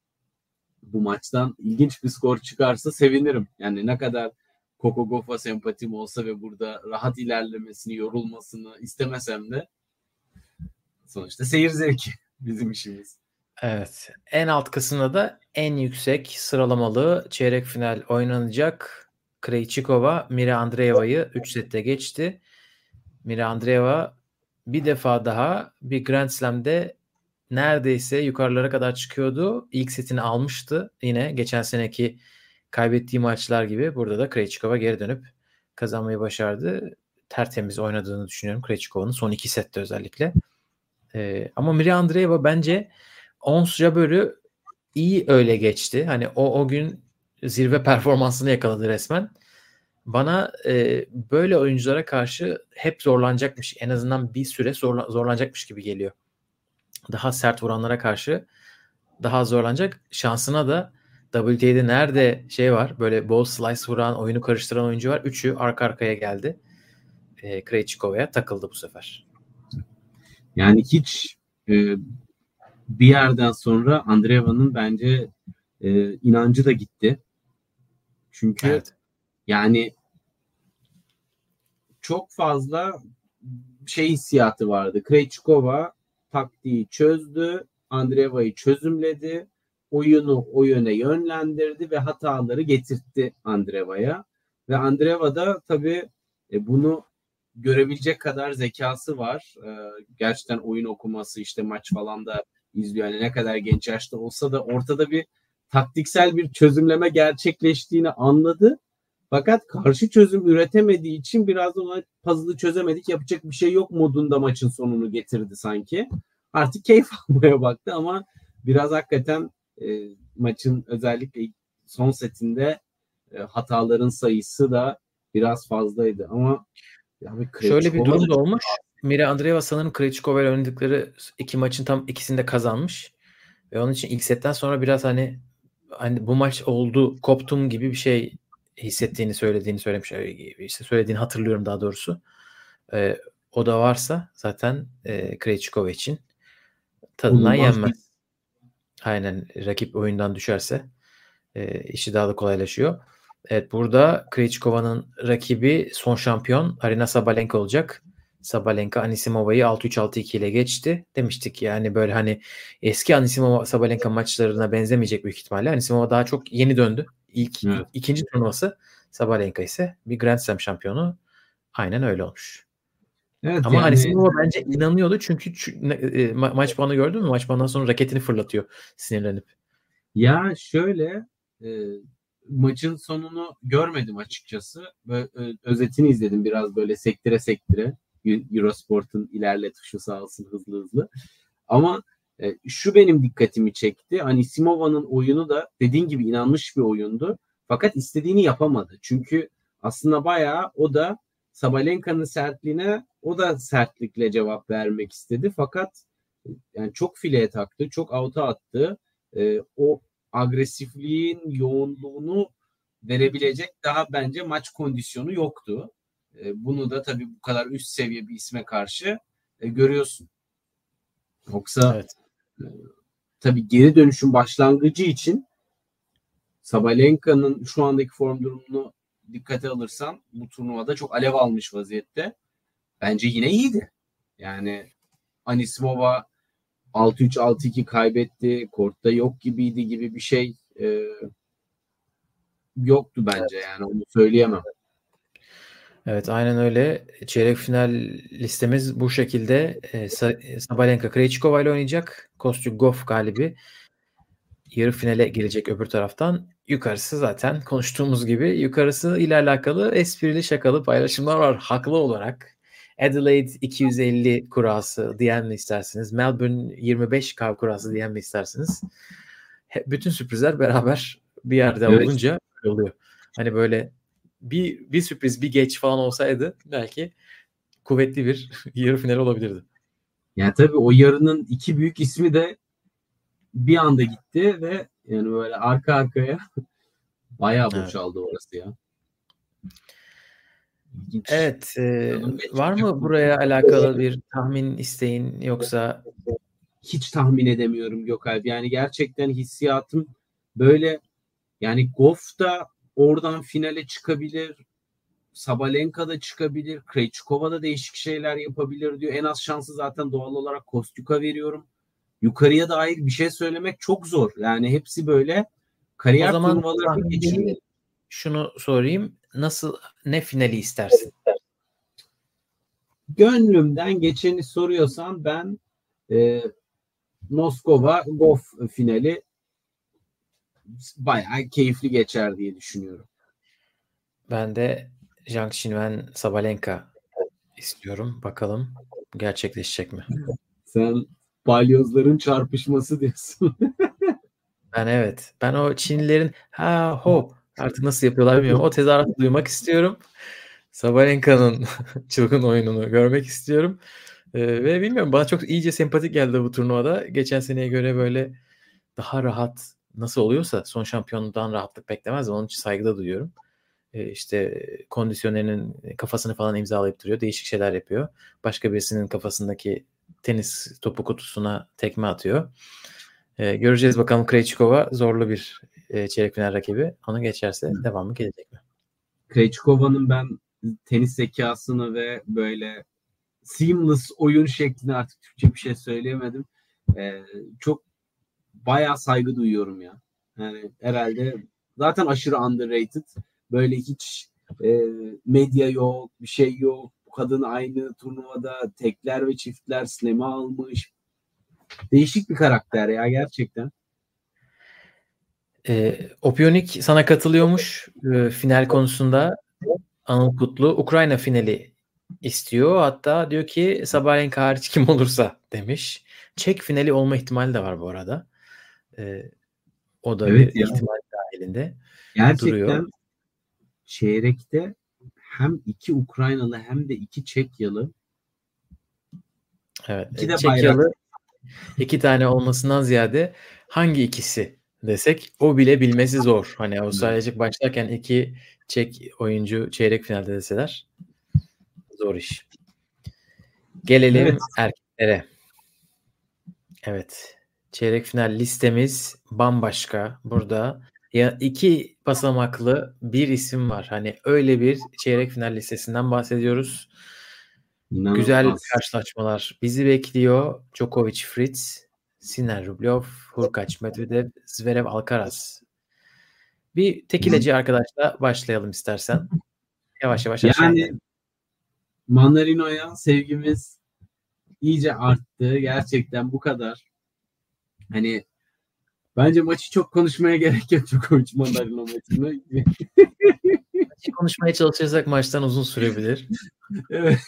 S3: bu maçtan ilginç bir skor çıkarsa sevinirim. Yani ne kadar Coco Gauff'a sempatim olsa ve burada rahat ilerlemesini, yorulmasını istemesem de sonuçta seyir zevki bizim işimiz.
S2: Evet. En alt kısımda da en yüksek sıralamalı çeyrek final oynanacak. Krejcikova Mira Andreeva'yı 3 sette geçti. Mira Andreeva bir defa daha bir Grand Slam'de neredeyse yukarılara kadar çıkıyordu. İlk setini almıştı. Yine geçen seneki kaybettiği maçlar gibi burada da Krejcikova geri dönüp kazanmayı başardı. Tertemiz oynadığını düşünüyorum Krejcikova'nın son 2 sette özellikle. Ama Mira Andreeva bence Ons Jabeur'ü iyi öyle geçti. Hani o gün zirve performansını yakaladı resmen. Bana böyle oyunculara karşı hep zorlanacakmış. En azından bir süre zorlanacakmış gibi geliyor. Daha sert vuranlara karşı daha zorlanacak. Şansına da WTA'de nerede şey var, böyle bol slice vuran, oyunu karıştıran oyuncu var. Üçü arka arkaya geldi. Krejcikova'ya takıldı bu sefer.
S3: Yani hiç bir yerden sonra Andreeva'nın bence inancı da gitti. Çünkü
S2: Evet.
S3: yani çok fazla şey hissiyatı vardı. Krejcikova taktiği çözdü, Andreeva'yı çözümledi, oyunu o yöne yönlendirdi ve hataları getirtti Andreeva'ya. Ve Andreeva da tabii bunu görebilecek kadar zekası var. Gerçekten oyun okuması, işte maç falan da izliyor. Yani ne kadar genç yaşta olsa da ortada bir taktiksel bir çözümleme gerçekleştiğini anladı. Fakat karşı çözüm üretemediği için biraz ona puzzle'ı çözemedik, yapacak bir şey yok modunda maçın sonunu getirdi sanki. Artık keyif almaya baktı ama biraz hakikaten maçın özellikle son setinde hataların sayısı da biraz fazlaydı ama yani
S2: şöyle bir durum da olmuş. Mira Andreeva sanırım Krejcikova ile oynadıkları 2 maçın tam ikisini de kazanmış. Ve onun için ilk setten sonra biraz hani bu maç oldu, koptum gibi bir şey hissettiğini söylemiş. İşte söylediğini hatırlıyorum daha doğrusu. O da varsa zaten Krejcikova için tadından yenmez. Aynen, rakip oyundan düşerse işi daha da kolaylaşıyor. Evet, burada Krejcikova'nın rakibi son şampiyon Aryna Sabalenka olacak. Sabalenka Anisimova'yı 6-3 6-2 ile geçti. Demiştik yani böyle hani eski Anisimova Sabalenka maçlarına benzemeyecek büyük ihtimalle. Anisimova daha çok yeni döndü. İkinci turnuvası. Sabalenka ise bir Grand Slam şampiyonu. Aynen öyle olmuş.
S3: Evet
S2: Ama
S3: yani
S2: Anisimova bence inanıyordu çünkü maç puanı gördün mü? Maç puanından sonra raketini fırlatıyor sinirlenip.
S3: ya şöyle maçın sonunu görmedim açıkçası. Böyle, özetini izledim biraz böyle sektire sektire. Eurosport'un ilerle tuşu sağ olsun hızlı hızlı. Ama şu benim dikkatimi çekti. Anisimova'nın oyunu da dediğin gibi inanmış bir oyundu. Fakat istediğini yapamadı. Çünkü aslında bayağı o da Sabalenka'nın sertliğine o da sertlikle cevap vermek istedi. Fakat yani çok fileye taktı, çok out'a attı. O agresifliğin yoğunluğunu verebilecek daha bence maç kondisyonu yoktu. Bunu da tabii bu kadar üst seviye bir isme karşı görüyorsun. Yoksa
S2: Evet.
S3: tabii geri dönüşün başlangıcı için Sabalenka'nın şu andaki form durumunu dikkate alırsan bu turnuvada çok alev almış vaziyette. Bence yine iyiydi. Yani Anisimova 6-3 6-2 kaybetti. Kortta yok gibiydi gibi bir şey yoktu bence yani onu söyleyemem.
S2: Evet, aynen öyle. Çeyrek final listemiz bu şekilde. Sabalenka Krejcikova ile oynayacak. Kostyukov galibi yarı finale gelecek öbür taraftan. Yukarısı zaten konuştuğumuz gibi yukarısı ile alakalı esprili şakalı paylaşımlar var haklı olarak. Adelaide 250 kurası diyen mi istersiniz? Melbourne 25K kurası diyen mi istersiniz? Bütün sürprizler beraber bir yerde
S3: Evet.
S2: olunca oluyor. Hani böyle bir sürpriz bir geç falan olsaydı belki kuvvetli bir yarı final olabilirdi.
S3: Yani tabii o yarının iki büyük ismi de bir anda gitti ve yani böyle arka arkaya bayağı
S2: Evet.
S3: boşaldı orası ya. İlginç.
S2: Evet.
S3: Bakalım
S2: Var
S3: geçecek
S2: mı
S3: mi?
S2: buraya alakalı bir tahmin isteğin yoksa?
S3: Hiç tahmin edemiyorum Gökalp. Yani gerçekten hissiyatım böyle yani Goff da oradan finale çıkabilir. Sabalenka da çıkabilir. Krejcikova da değişik şeyler yapabilir diyor. En az şansı zaten doğal olarak Kostyuk'a veriyorum. Yukarıya dair bir şey söylemek çok zor. Yani hepsi böyle
S2: O
S3: kariyer
S2: zaman
S3: turnuvalarını
S2: tahmin
S3: geçiriyor.
S2: değil, şunu sorayım. Ne finali istersin?
S3: Gönlümden geçeni soruyorsan ben Moskova Goff finali bayağı keyifli geçer diye düşünüyorum.
S2: Ben de Zhang Qinwen Sabalenka istiyorum. Bakalım gerçekleşecek mi?
S3: Sen balyozların çarpışması diyorsun.
S2: Ben o Çinlilerin ha ho artık nasıl yapıyorlar bilmiyorum. O tezahüratı duymak istiyorum. Sabalenka'nın çılgın oyununu görmek istiyorum. Ve bilmiyorum bana çok iyice sempatik geldi bu turnuvada. Geçen seneye göre böyle daha rahat nasıl oluyorsa son şampiyonluğundan rahatlık beklemez. Onun için saygı da duyuyorum. İşte kondisyonerinin kafasını falan imzalayıp duruyor. Değişik şeyler yapıyor. Başka birisinin kafasındaki tenis topu kutusuna tekme atıyor. Göreceğiz bakalım Krejcikova zorlu bir çeyrek final rakibi. Onu geçerse devamı gelecek mi?
S3: Krejcikova'nın ben tenis zekasını ve böyle seamless oyun şeklini artık Türkçe bir şey söyleyemedim. Çok bayağı saygı duyuyorum ya. Yani herhalde zaten aşırı underrated. Böyle hiç medya yok, bir şey yok. Bu kadın aynı turnuvada tekler ve çiftler slam'i almış. Değişik bir karakter ya gerçekten.
S2: Opionik sana katılıyormuş final konusunda. Anıl Kutlu Ukrayna finali istiyor. Hatta diyor ki Sabalenka hariç kim olursa demiş. Çek finali olma ihtimali de var bu arada. O da bir
S3: Evet ya.
S2: ihtimal dahilinde duruyor.
S3: Gerçekten çeyrekte hem iki Ukraynalı hem de iki Çekyalı.
S2: Evet.
S3: İki de bayrak.
S2: Çekyalı 2 tane olmasından ziyade hangi ikisi desek o bile bilmesi zor. Hani Avustralyacık başlarken 2 Çek oyuncu çeyrek finalde deseler zor iş. Gelelim
S3: Evet.
S2: erkeklere. Evet. Çeyrek final listemiz bambaşka. Burada ya 2 basamaklı bir isim var. Hani öyle bir çeyrek final listesinden bahsediyoruz. Güzel
S3: İnanılmaz.
S2: karşılaşmalar bizi bekliyor. Djokovic, Fritz, Sinner Rublev, Hurkacz, Medvedev, Zverev, Alcaraz. Bir tekileci arkadaşla başlayalım istersen. Yavaş yavaş aşağı
S3: Yani
S2: inelim.
S3: Manarino'ya sevgimiz iyice arttı. Gerçekten bu kadar. Hani bence maçı çok konuşmaya gerek yok. Djokovic Manarino maçını.
S2: Konuşmaya çalışırsak maçtan uzun sürebilir.
S3: Evet.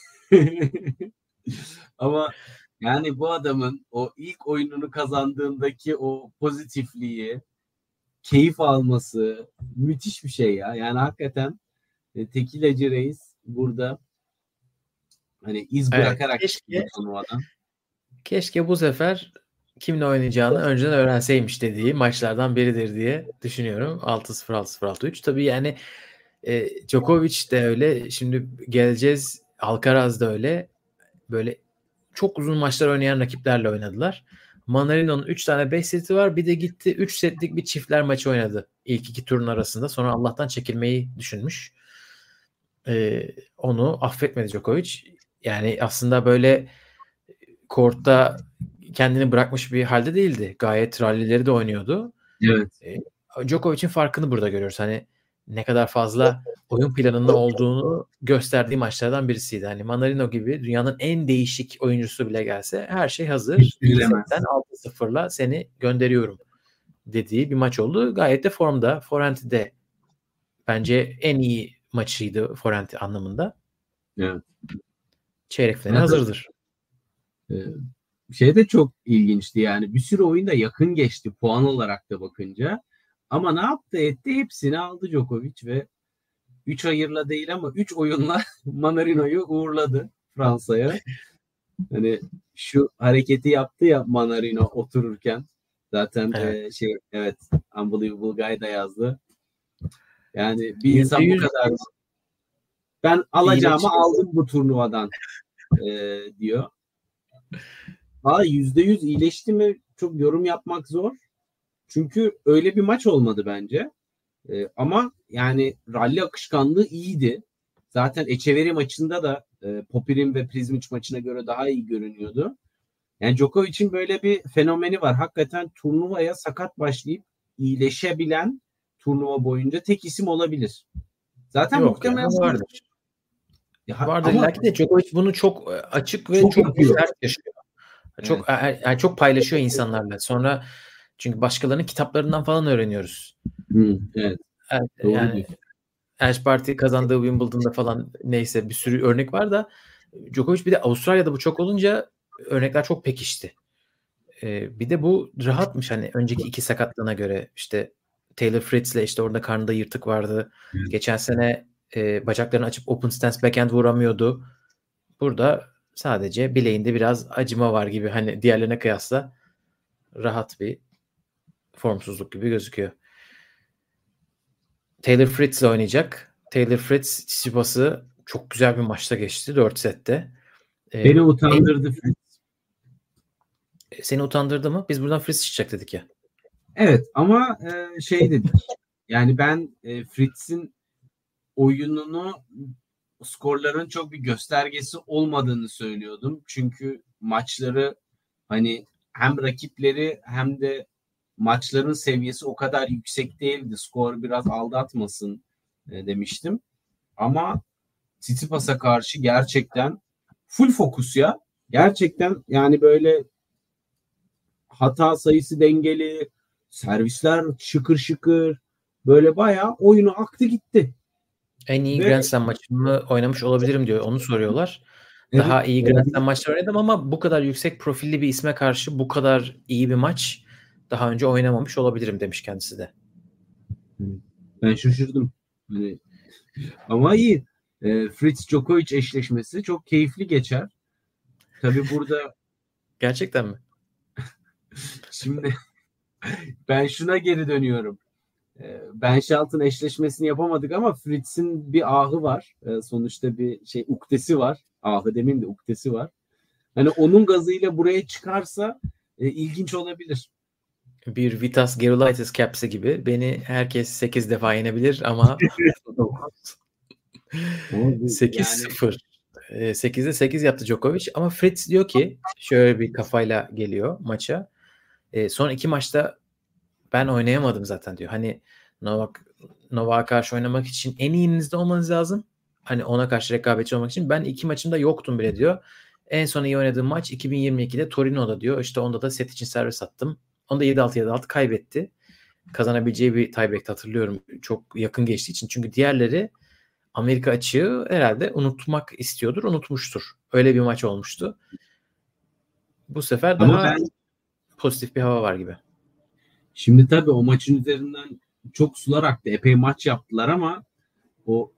S3: Ama yani bu adamın o ilk oyununu kazandığındaki o pozitifliği, keyif alması müthiş bir şey ya. Yani hakikaten Tekilacı Reis burada hani iz bırakarak çıktı turnuvadan.
S2: Keşke bu sefer kimle oynayacağını önceden öğrenseymiş dediği maçlardan biridir diye düşünüyorum. 6-0, 6-0, 6-3. Tabii yani Djokovic de öyle. Şimdi geleceğiz. Alcaraz da öyle. Böyle çok uzun maçlar oynayan rakiplerle oynadılar. Manarino'nun 3 tane 5 seti var. Bir de gitti 3 setlik bir çiftler maçı oynadı. İlk iki turun arasında. Sonra Allah'tan çekilmeyi düşünmüş. Onu affetmedi Djokovic. Yani aslında böyle kortta kendini bırakmış bir halde değildi. Gayet rallileri de oynuyordu.
S3: Evet.
S2: Djokovic'in farkını burada görüyoruz. Hani ne kadar fazla oyun planının olduğunu gösterdiği maçlardan birisiydi. Hani Manarino gibi dünyanın en değişik oyuncusu bile gelse her şey hazır. İlk setten 6-0'la seni gönderiyorum dediği bir maç oldu. Gayet de formda. Forehand'de bence en iyi maçıydı forehand anlamında.
S3: Evet.
S2: Çeyrek finale hazırdır.
S3: Şey de çok ilginçti yani. Bir sürü oyunda yakın geçti puan olarak da bakınca. Ama ne yaptı etti? Hepsini aldı Djokovic ve 3 hayırla değil ama 3 oyunla Manarino'yu uğurladı Fransa'ya. Hani şu hareketi yaptı ya Manarino otururken. Zaten evet Unbelievable Guy da yazdı. Yani bir insan bu kadar ben alacağımı aldım bu turnuvadan diyor. %100 iyileşti mi çok yorum yapmak zor. Çünkü öyle bir maç olmadı bence. Ama yani rally akışkanlığı iyiydi. Zaten Echeverry maçında da Popir'in ve Prizmic maçına göre daha iyi görünüyordu. Yani Djokovic'in böyle bir fenomeni var. Hakikaten turnuvaya sakat başlayıp iyileşebilen turnuva boyunca tek isim olabilir. Zaten muhtemelen
S2: vardır. Vardır ama illaki de Djokovic bunu çok açık ve çok sert yaşıyor. Evet. Çok paylaşıyor insanlarla. Sonra çünkü başkalarının kitaplarından falan öğreniyoruz.
S3: Evet.
S2: Yani Ash Barty kazandığı Wimbledon'da falan neyse bir sürü örnek var da Djokovic bir de Avustralya'da bu çok olunca örnekler çok pekişti. Bir de bu rahatmış hani önceki iki sakatlığına göre işte Taylor Fritz'le işte orada karnında yırtık vardı. Evet. Geçen sene bacaklarını açıp open stance backhand vuramıyordu. Burada sadece bileğinde biraz acıma var gibi hani diğerlerine kıyasla rahat bir formsuzluk gibi gözüküyor. Taylor Fritz'le oynayacak. Taylor Fritz Tsitsipas'ı çok güzel bir maçta geçti 4 sette.
S3: Beni utandırdı Fritz.
S2: Seni utandırdı mı? Biz buradan Fritz çıkacak dedik ya.
S3: Evet ama şey dedik. Yani ben Fritz'in oyununu skorların çok bir göstergesi olmadığını söylüyordum. Çünkü maçları hani hem rakipleri hem de maçların seviyesi o kadar yüksek değildi. Skor biraz aldatmasın demiştim. Ama Tsitsipas'a karşı gerçekten full fokus ya. Gerçekten yani böyle hata sayısı dengeli, servisler şıkır şıkır, böyle bayağı oyunu aktı gitti.
S2: En iyi Grand Slam maçımı oynamış olabilirim diyor. Onu soruyorlar. Evet, daha iyi Grand Slam maçları oynadım ama bu kadar yüksek profilli bir isme karşı bu kadar iyi bir maç daha önce oynamamış olabilirim demiş kendisi de.
S3: Ben şaşırdım. Hani, ama iyi. Fritz Djokovic eşleşmesi çok keyifli geçer. Tabii burada
S2: gerçekten mi?
S3: Şimdi ben şuna geri dönüyorum. Ben Shelton eşleşmesini yapamadık ama Fritz'in bir ahı var. Sonuçta bir uktesi var. Ahı demeyeyim de uktesi var. Hani onun gazıyla buraya çıkarsa ilginç olabilir.
S2: Bir Vitas Gerulaitis caps'i gibi beni herkes 8 defa yenebilir ama 8-0. 8'de 8 yaptı Djokovic ama Fritz diyor ki şöyle bir kafayla geliyor maça. Son iki maçta ben oynayamadım zaten diyor. Hani Novak'a karşı oynamak için en iyinizde olmanız lazım. hani ona karşı rekabetçi olmak için. Ben 2 maçımda yoktum bile diyor. En son iyi oynadığım maç 2022'de Torino'da diyor. İşte onda da set için servis attım. Onda 7-6 kaybetti. Kazanabileceği bir tiebreak hatırlıyorum. Çok yakın geçtiği için. Çünkü diğerleri Amerika açığı herhalde unutmak istiyordur. Unutmuştur. Öyle bir maç olmuştu. Bu sefer daha pozitif bir hava var gibi.
S3: Şimdi tabii o maçın üzerinden çok sular aktı. Epey maç yaptılar ama o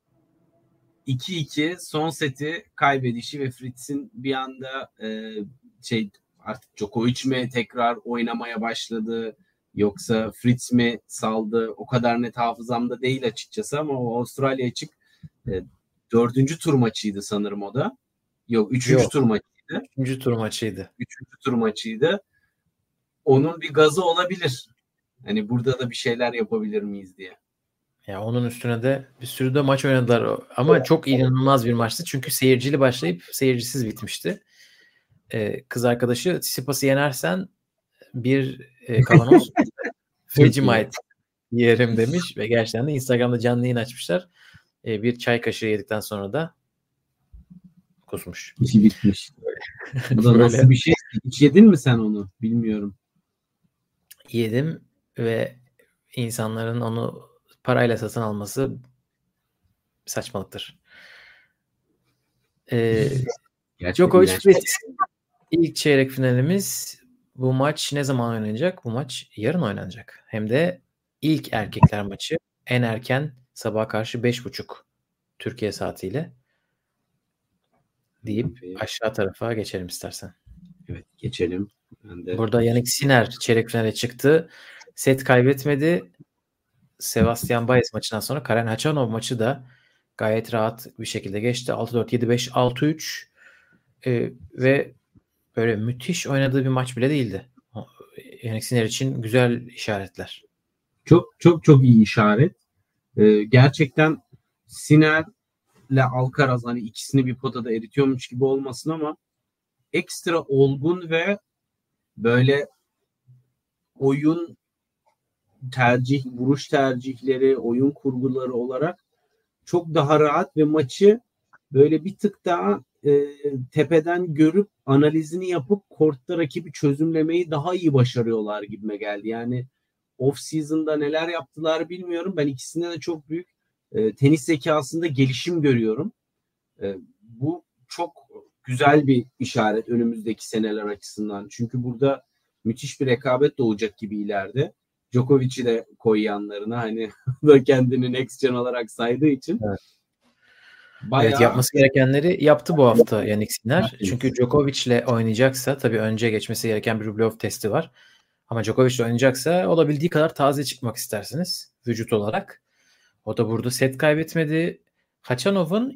S3: 2-2 son seti kaybedişi ve Fritz'in bir anda artık Djokovic mi tekrar oynamaya başladı yoksa Fritz mi saldı, o kadar net hafızamda değil açıkçası ama o Avustralya açık 4. tur maçıydı sanırım o da. Yok 3. tur maçıydı.
S2: 3. tur maçıydı.
S3: 3. tur maçıydı. Onun bir gazı olabilir. Hani burada da bir şeyler yapabilir miyiz diye.
S2: Ya onun üstüne de bir sürü de maç oynadılar ama çok inanılmaz bir maçtı. Çünkü seyircili başlayıp seyircisiz bitmişti. Kız arkadaşı Tsitsipas'ı yenersen bir kavanoz Vegemite yerim demiş ve gerçekten de Instagram'da canlı yayın açmışlar. Bir çay kaşığı yedikten sonra da kusmuş.
S3: İşi bitmiş. Bu da nasıl bir şey? Hiç yedin mi sen onu? Bilmiyorum.
S2: Yedim ve insanların onu parayla satın alması saçmalıktır. Djokovic ilk çeyrek finalimiz. Bu maç ne zaman oynanacak? Bu maç yarın oynanacak. Hem de ilk erkekler maçı. En erken sabaha karşı 5.30 Türkiye saatiyle deyip aşağı tarafa geçelim istersen.
S3: Evet, geçelim.
S2: Burada Jannik Sinner çeyrek finale çıktı. Set kaybetmedi. Sebastian Baez maçından sonra Karen Khachanov maçı da gayet rahat bir şekilde geçti. 6-4, 7-5, 6-3 ve böyle müthiş oynadığı bir maç bile değildi. Jannik Sinner için güzel işaretler.
S3: Çok iyi işaret. Gerçekten Sinner'le Alcaraz hani ikisini bir potada eritiyormuş gibi olmasın ama ekstra olgun ve böyle oyun vuruş tercihleri, oyun kurguları olarak çok daha rahat ve maçı böyle bir tık daha tepeden görüp analizini yapıp kortta rakibi çözümlemeyi daha iyi başarıyorlar gibime geldi. Yani off season'da neler yaptılar bilmiyorum. Ben ikisinde de çok büyük tenis zekasında gelişim görüyorum. Bu çok güzel bir işaret önümüzdeki seneler açısından. Çünkü burada müthiş bir rekabet doğacak gibi ileride. Djokovic'i de koy yanlarına hani da kendini next gen olarak saydığı için.
S2: Evet. Evet, yapması gerekenleri yaptı bu hafta Jannik Sinner. Evet. Çünkü Djokovic'le oynayacaksa tabii önce geçmesi gereken bir Rublev testi var. Ama Djokovic'le oynayacaksa olabildiği kadar taze çıkmak istersiniz vücut olarak. O da burada set kaybetmedi. Khachanov'un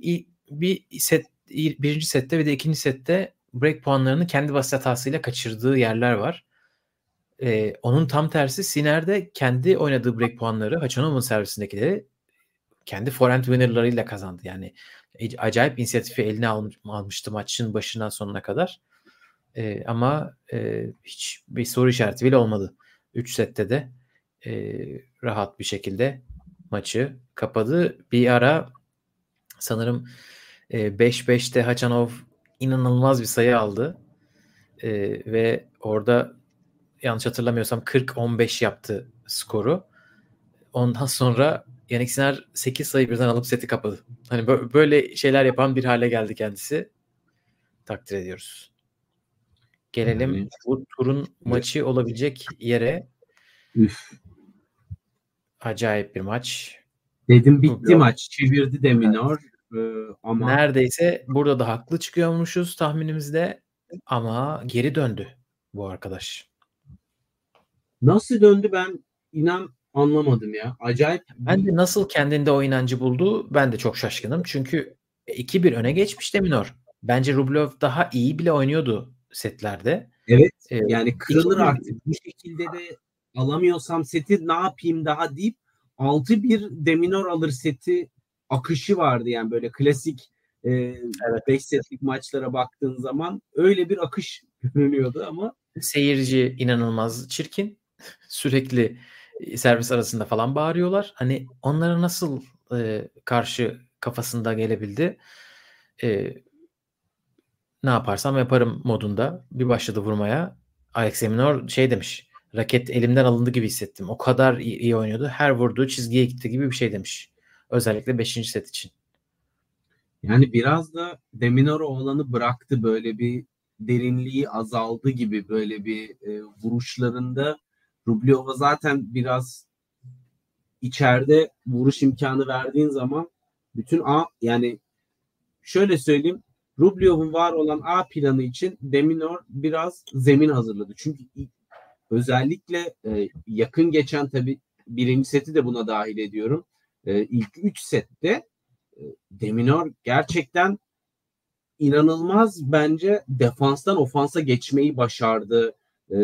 S2: birinci sette ve de ikinci sette break puanlarını kendi basit hatasıyla kaçırdığı yerler var. Onun tam tersi Sinner'de kendi oynadığı break puanları Khachanov'un servisindekileri kendi forehand winner'larıyla kazandı. Yani acayip inisiyatifi eline almıştı maçın başından sonuna kadar. Ama hiç bir soru işareti bile olmadı. 3 sette de rahat bir şekilde maçı kapadı. Bir ara sanırım 5-5'te Khachanov inanılmaz bir sayı aldı. Ve orada yanlış hatırlamıyorsam 40-15 yaptı skoru. Ondan sonra Jannik Sinner 8 sayı birden alıp seti kapadı. Hani böyle şeyler yapan bir hale geldi kendisi. Takdir ediyoruz. Gelelim bu turun maçı olabilecek yere. Acayip bir maç.
S3: Dedim bitti maç. Çevirdi de Minor. Ama
S2: neredeyse burada da haklı çıkıyormuşuz tahminimizde ama geri döndü bu arkadaş.
S3: Nasıl döndü ben inan anlamadım ya. Acayip.
S2: Ben de nasıl kendinde o inancı buldu ben de çok şaşkınım. Çünkü 2-1 öne geçmiş de Minor. Bence Rublev daha iyi bile oynuyordu setlerde.
S3: Evet. Yani kırılır artık. Bu şekilde de alamıyorsam seti ne yapayım daha deyip 6-1 de Minor alır seti akışı vardı yani böyle klasik 5 setlik maçlara baktığın zaman öyle bir akış görünüyordu ama
S2: seyirci inanılmaz çirkin. Sürekli servis arasında falan bağırıyorlar. Hani onlara nasıl karşı kafasında gelebildi. Ne yaparsam yaparım modunda bir başladı vurmaya. Alex de Minaur şey demiş. Raket elimden alındı gibi hissettim. O kadar iyi oynuyordu. Her vurduğu çizgiye gitti gibi bir şey demiş. Özellikle 5. set için.
S3: Yani biraz da de Minaur olanı bıraktı, böyle bir derinliği azaldı gibi, böyle bir vuruşlarında Rublev'a zaten biraz içeride vuruş imkanı verdiğin zaman bütün yani şöyle söyleyeyim, Rublev'in var olan A planı için de Minaur biraz zemin hazırladı. Çünkü özellikle yakın geçen, tabii birinci seti de buna dahil ediyorum. İlk 3 sette de Minaur gerçekten inanılmaz, bence defanstan ofansa geçmeyi başardı.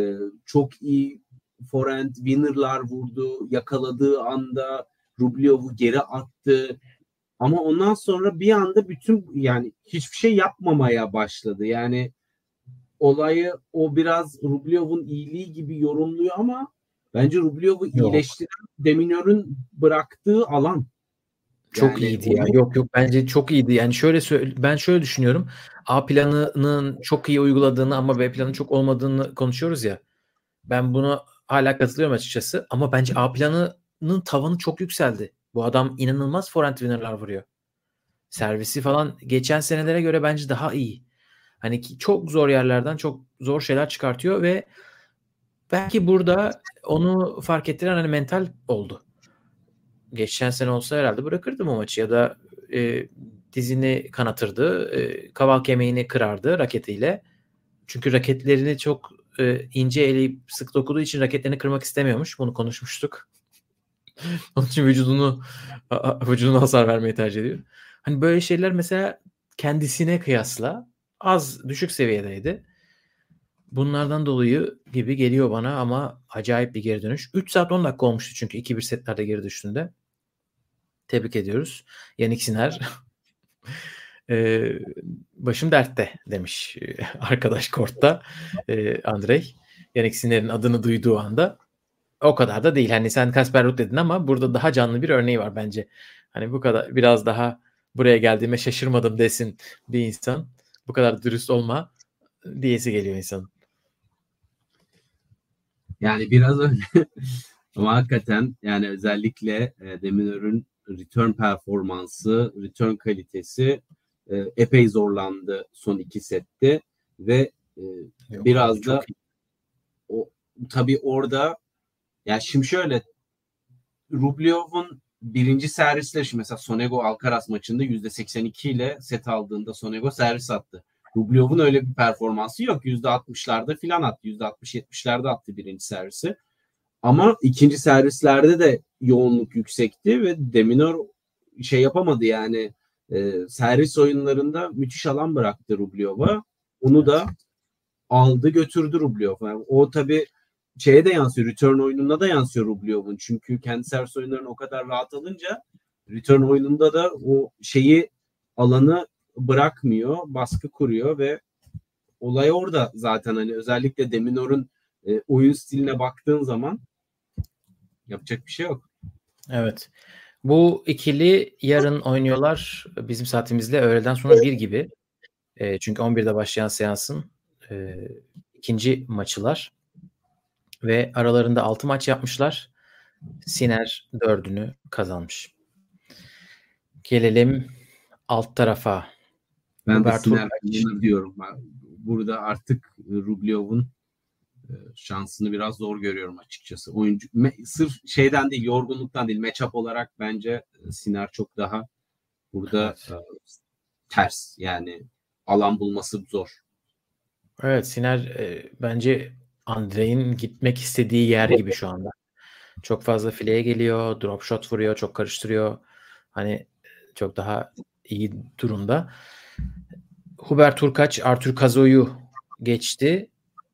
S3: Çok iyi forehand winner'lar vurdu. Yakaladığı anda Rublev'u geri attı. Ama ondan sonra bir anda yani hiçbir şey yapmamaya başladı. Yani olayı o biraz Rublev'un iyiliği gibi yorumluyor ama bence Rublev'u iyileştiren de Minaur'un bıraktığı alan.
S2: Çok iyiydi ya. Yok bence çok iyiydi. Yani ben şöyle düşünüyorum. A planının çok iyi uyguladığını ama B planının çok olmadığını konuşuyoruz ya. Ben bunu hala katılıyorum açıkçası. Ama bence A planının tavanı çok yükseldi. Bu adam inanılmaz forehand winner'lar vuruyor. Servisi falan geçen senelere göre bence daha iyi. Hani çok zor yerlerden çok zor şeyler çıkartıyor ve belki burada onu fark ettiren hani mental oldu. Geçen sene olsa herhalde bırakırdım o maçı ya da dizini kanatırdı, kaval kemiğini kırardı raketiyle. Çünkü raketlerini çok ince eleyip sık dokuduğu için raketlerini kırmak istemiyormuş. Bunu konuşmuştuk. Onun için vücuduna hasar vermeyi tercih ediyor. Hani böyle şeyler mesela kendisine kıyasla az düşük seviyedeydi. Bunlardan dolayı gibi geliyor bana ama acayip bir geri dönüş. 3 saat 10 dakika olmuştu çünkü 2-1 setlerde geri düştüğünde. Tebrik ediyoruz. Yannick Sinner. Başım dertte demiş arkadaş kortta Andrei. Yannick Sinner'in adını duyduğu anda o kadar da değil. Hani sen Kasper Ruud dedin ama burada daha canlı bir örneği var bence. Hani bu kadar biraz daha buraya geldiğime şaşırmadım desin bir insan. Bu kadar dürüst olma diyesi geliyor insanın.
S3: Yani biraz öyle. Ama hakikaten yani özellikle de Minaur'un return performansı, return kalitesi epey zorlandı son 2 sette ve biraz da o tabii orada, yani şimdi şöyle, Rublev'un birinci servisle, şimdi mesela Sonego Alcaraz maçında %82 ile set aldığında Sonego servis attı. Rublev'un öyle bir performansı yok. %60'larda filan attı. %60-70'lerde attı birinci servisi. Ama ikinci servislerde de yoğunluk yüksekti ve de Minaur şey yapamadı yani, servis oyunlarında müthiş alan bıraktı Rublev'a. Onu da aldı götürdü Rublev. Yani o tabii şeye de yansıyor. Return oyununa da yansıyor Rublev'un. Çünkü kendi servis oyunlarını o kadar rahat alınca return oyununda da o alanı bırakmıyor. Baskı kuruyor ve olay orada zaten. Hani özellikle de Minaur'un oyun stiline baktığın zaman yapacak bir şey yok.
S2: Evet. Bu ikili yarın oynuyorlar. Bizim saatimizle öğleden sonra 1 gibi. Çünkü 11'de başlayan seansın ikinci maçılar. Ve aralarında 6 maç yapmışlar. Sinner 4'ünü kazanmış. Gelelim alt tarafa.
S3: Ben de Sinner diyorum. Burada artık Rublev'un şansını biraz zor görüyorum açıkçası. Oyuncu sırf şeyden değil, yorgunluktan değil, matchup olarak bence Sinner çok daha burada ters. Yani alan bulması zor.
S2: Evet, Sinner bence Andrei'nin gitmek istediği yer gibi şu anda. Çok fazla fileye geliyor, drop shot vuruyor, çok karıştırıyor. Hani çok daha iyi durumda. Hubert Hurkacz Arthur Cazot'u geçti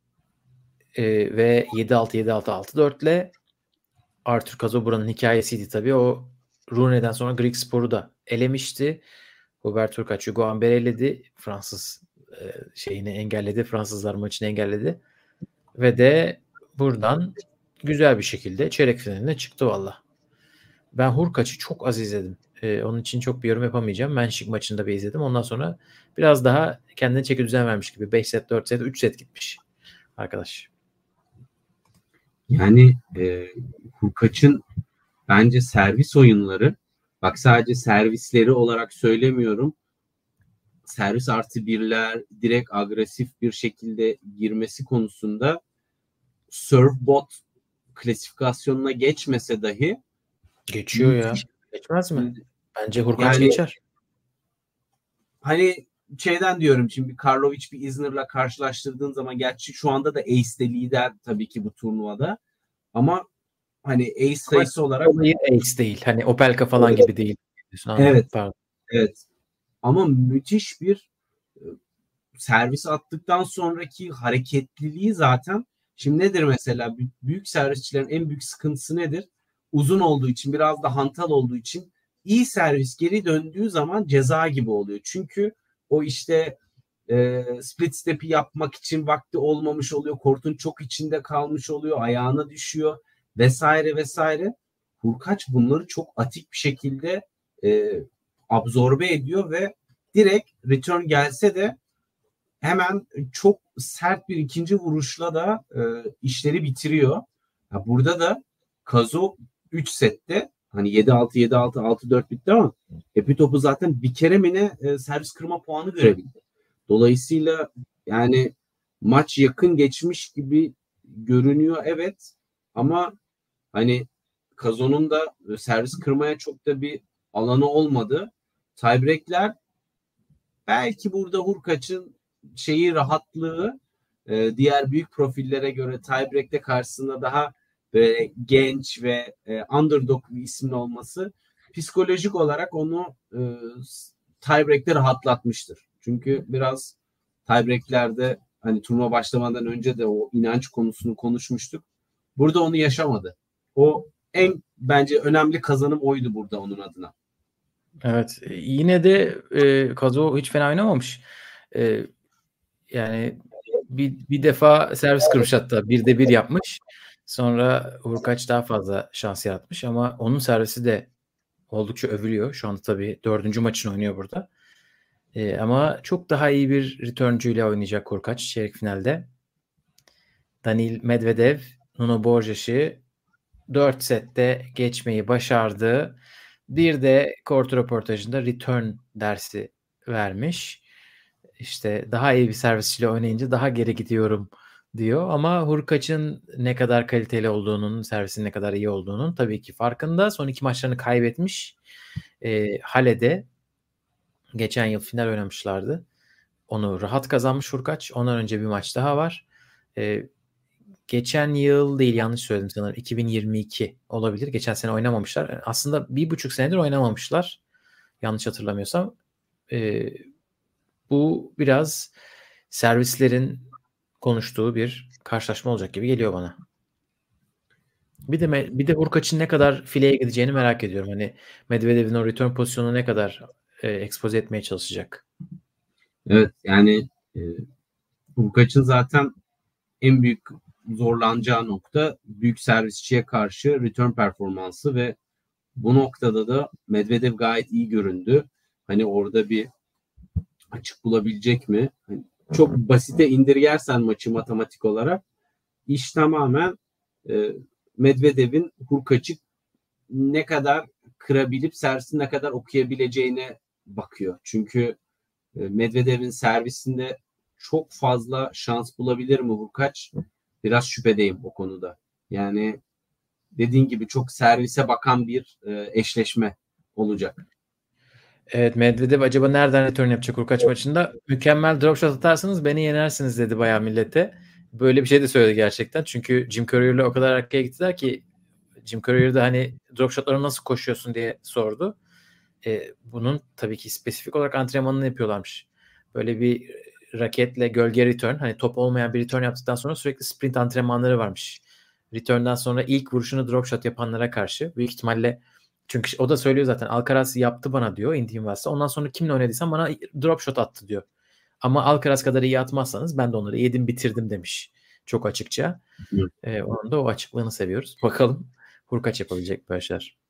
S2: ve 7-6 7-6 6-4 ile Arthur Cazot buranın hikayesiydi tabii. O Rune'den sonra Griekspoor'u da elemişti. Hubert Hurkacz Hugo Humbert'i eledi. Fransız şeyini engelledi. Fransızlar maçını engelledi. Ve de buradan güzel bir şekilde çeyrek finaline çıktı valla. Ben Hurkacz'ı çok az izledim. Onun için çok bir yorum yapamayacağım. Menşik maçında bir izledim. Ondan sonra biraz daha kendine çeki düzen vermiş gibi. 5 set, 4 set, 3 set gitmiş arkadaş.
S3: Yani Hurkaç'ın bence servis oyunları, bak sadece servisleri olarak söylemiyorum, servis artı birler direkt agresif bir şekilde girmesi konusunda serve bot klasifikasyonuna geçmese dahi
S2: geçiyor ya. Geçmez mi? Bence Hurkaç
S3: yani,
S2: geçer.
S3: hani şeyden diyorum, şimdi Karlovic bir Isner'la karşılaştırdığın zaman, gerçi şu anda da Ace'de lider tabii ki bu turnuvada, ama hani Ace sayısı olarak
S2: olayı Ace değil. Hani Opelka falan
S3: evet,
S2: gibi değil.
S3: evet,
S2: Pardon.
S3: evet, ama müthiş bir servis attıktan sonraki hareketliliği zaten. Şimdi nedir mesela büyük servisçilerin en büyük sıkıntısı nedir? Uzun olduğu için, biraz da hantal olduğu için iyi servis geri döndüğü zaman ceza gibi oluyor. Çünkü o işte split step'i yapmak için vakti olmamış oluyor. Kortun çok içinde kalmış oluyor. Ayağına düşüyor vesaire vesaire. Hurkaç bunları çok atik bir şekilde absorbe ediyor ve direkt return gelse de hemen çok sert bir ikinci vuruşla da işleri bitiriyor. Ya burada da Kazo 3 sette hani 7-6 7-6 6-4 bitti ama Epitop'u zaten bir kere mi ne servis kırma puanı görebildi. Dolayısıyla yani maç yakın geçmiş gibi görünüyor, evet, ama hani Kazo'nun da servis kırmaya çok da bir alanı olmadı. Tiebreak'ler belki burada Hurkaç'ın rahatlığı diğer büyük profillere göre tiebreak'te karşısında daha genç ve underdog bir isim olması psikolojik olarak onu tiebreak'te rahatlatmıştır. Çünkü biraz tiebreak'lerde hani turnuva başlamadan önce de o inanç konusunu konuşmuştuk. Burada onu yaşamadı. O en bence önemli kazanım oydu burada onun adına.
S2: Evet. Yine de Kazo hiç fena oynamamış. Yani bir defa servis kırmış, hatta 1'de 1 yapmış. Sonra Hurkaç daha fazla şans yaratmış ama onun servisi de oldukça övülüyor. Şu anda tabii 4. maçını oynuyor burada. Ama çok daha iyi bir returncuyla oynayacak Hurkaç çeyrek finalde. Daniil Medvedev, Nuno Borges'i 4 sette geçmeyi başardı. Bir de kort röportajında return dersi vermiş. İşte daha iyi bir servisçiyle oynayınca daha geri gidiyorum diyor. Ama Hurkaç'ın ne kadar kaliteli olduğunun, servisin ne kadar iyi olduğunun tabii ki farkında. Son 2 maçlarını kaybetmiş. Hale'de geçen yıl final oynamışlardı. Onu rahat kazanmış Hurkaç. Ondan önce bir maç daha var. Geçen yıl değil, yanlış söyledim sanırım. 2022 olabilir. Geçen sene oynamamışlar. Aslında 1,5 senedir oynamamışlar. Yanlış hatırlamıyorsam. Bu biraz servislerin konuştuğu bir karşılaşma olacak gibi geliyor bana. Bir de Hurkaç'ın ne kadar fileye gideceğini merak ediyorum. Hani Medvedev'in o return pozisyonunu ne kadar expose etmeye çalışacak.
S3: Evet, yani Hurkaç'ın zaten en büyük zorlanacağı nokta büyük servisçiye karşı return performansı ve bu noktada da Medvedev gayet iyi göründü. Hani orada bir açık bulabilecek mi? Hani çok basite indirgersen maçı matematik olarak iş tamamen Medvedev'in Hurkaç'ı ne kadar kırabilip servisi ne kadar okuyabileceğine bakıyor. Çünkü Medvedev'in servisinde çok fazla şans bulabilir mi Hurkaç? Biraz şüphedeyim o konuda. Yani dediğin gibi çok servise bakan bir eşleşme olacak.
S2: Evet, Medvedev acaba nereden return yapacak Hurkaç maçında? Mükemmel drop shot atarsanız beni yenersiniz dedi bayağı millete. Böyle bir şey de söyledi gerçekten. Çünkü Jim Courier'le o kadar arkaya gittiler ki Jim Courier de hani drop shot'ları nasıl koşuyorsun diye sordu. Bunun tabii ki spesifik olarak antrenmanını yapıyorlarmış. Böyle bir raketle gölge return, hani top olmayan bir return yaptıktan sonra sürekli sprint antrenmanları varmış. Return'dan sonra ilk vuruşunu drop shot yapanlara karşı büyük ihtimalle, çünkü o da söylüyor zaten, Alcaraz yaptı bana diyor Indian Wells'ta. Ondan sonra kimle oynadıysam bana drop shot attı diyor. Ama Alcaraz kadar iyi atmazsanız ben de onları yedim bitirdim demiş. Çok açıkça. Onun da o açıklığını seviyoruz. Bakalım Hurkaç yapabilecek böyle şeyler.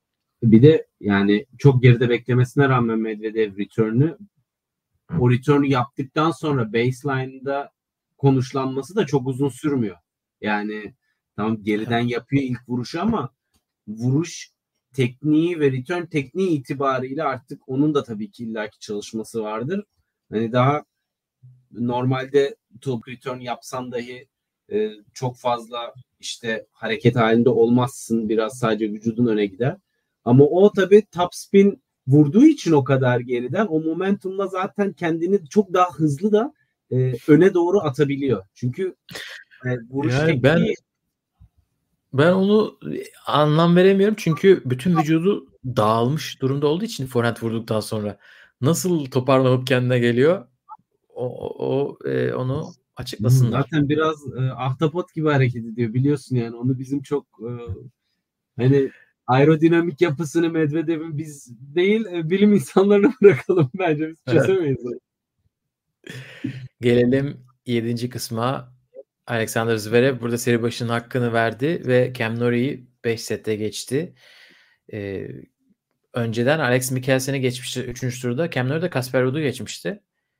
S3: Bir de yani çok geride beklemesine rağmen Medvedev return'ü, o return'ü yaptıktan sonra baseline'da konuşlanması da çok uzun sürmüyor. Yani tamam geriden yapıyor ilk vuruşu ama vuruş tekniği ve return tekniği itibariyle artık onun da tabii ki illaki çalışması vardır. Hani daha normalde top return yapsan dahi çok fazla işte hareket halinde olmazsın. Biraz sadece vücudun öne gider. Ama o tabii top spin vurduğu için o kadar geriden o momentumla zaten kendini çok daha hızlı da öne doğru atabiliyor. Çünkü vuruş
S2: Yani
S3: tekniği
S2: ben onu anlam veremiyorum çünkü bütün vücudu dağılmış durumda olduğu için forehand vurduktan sonra nasıl toparlanıp kendine geliyor onu açıklasınlar.
S3: zaten biraz ahtapot gibi hareket ediyor biliyorsun yani onu bizim çok hani aerodinamik yapısını Medvedev'in biz değil bilim insanlarına bırakalım bence biz çözemeyiz.
S2: Gelelim 7. kısma. Alexander Zverev burada seri başının hakkını verdi ve Cam Norrie'yi 5 sette geçti. Önceden Alex Mikkelsen'i geçmişti 3. turda. Cam Norrie de Casper Ruud'u geçmişti.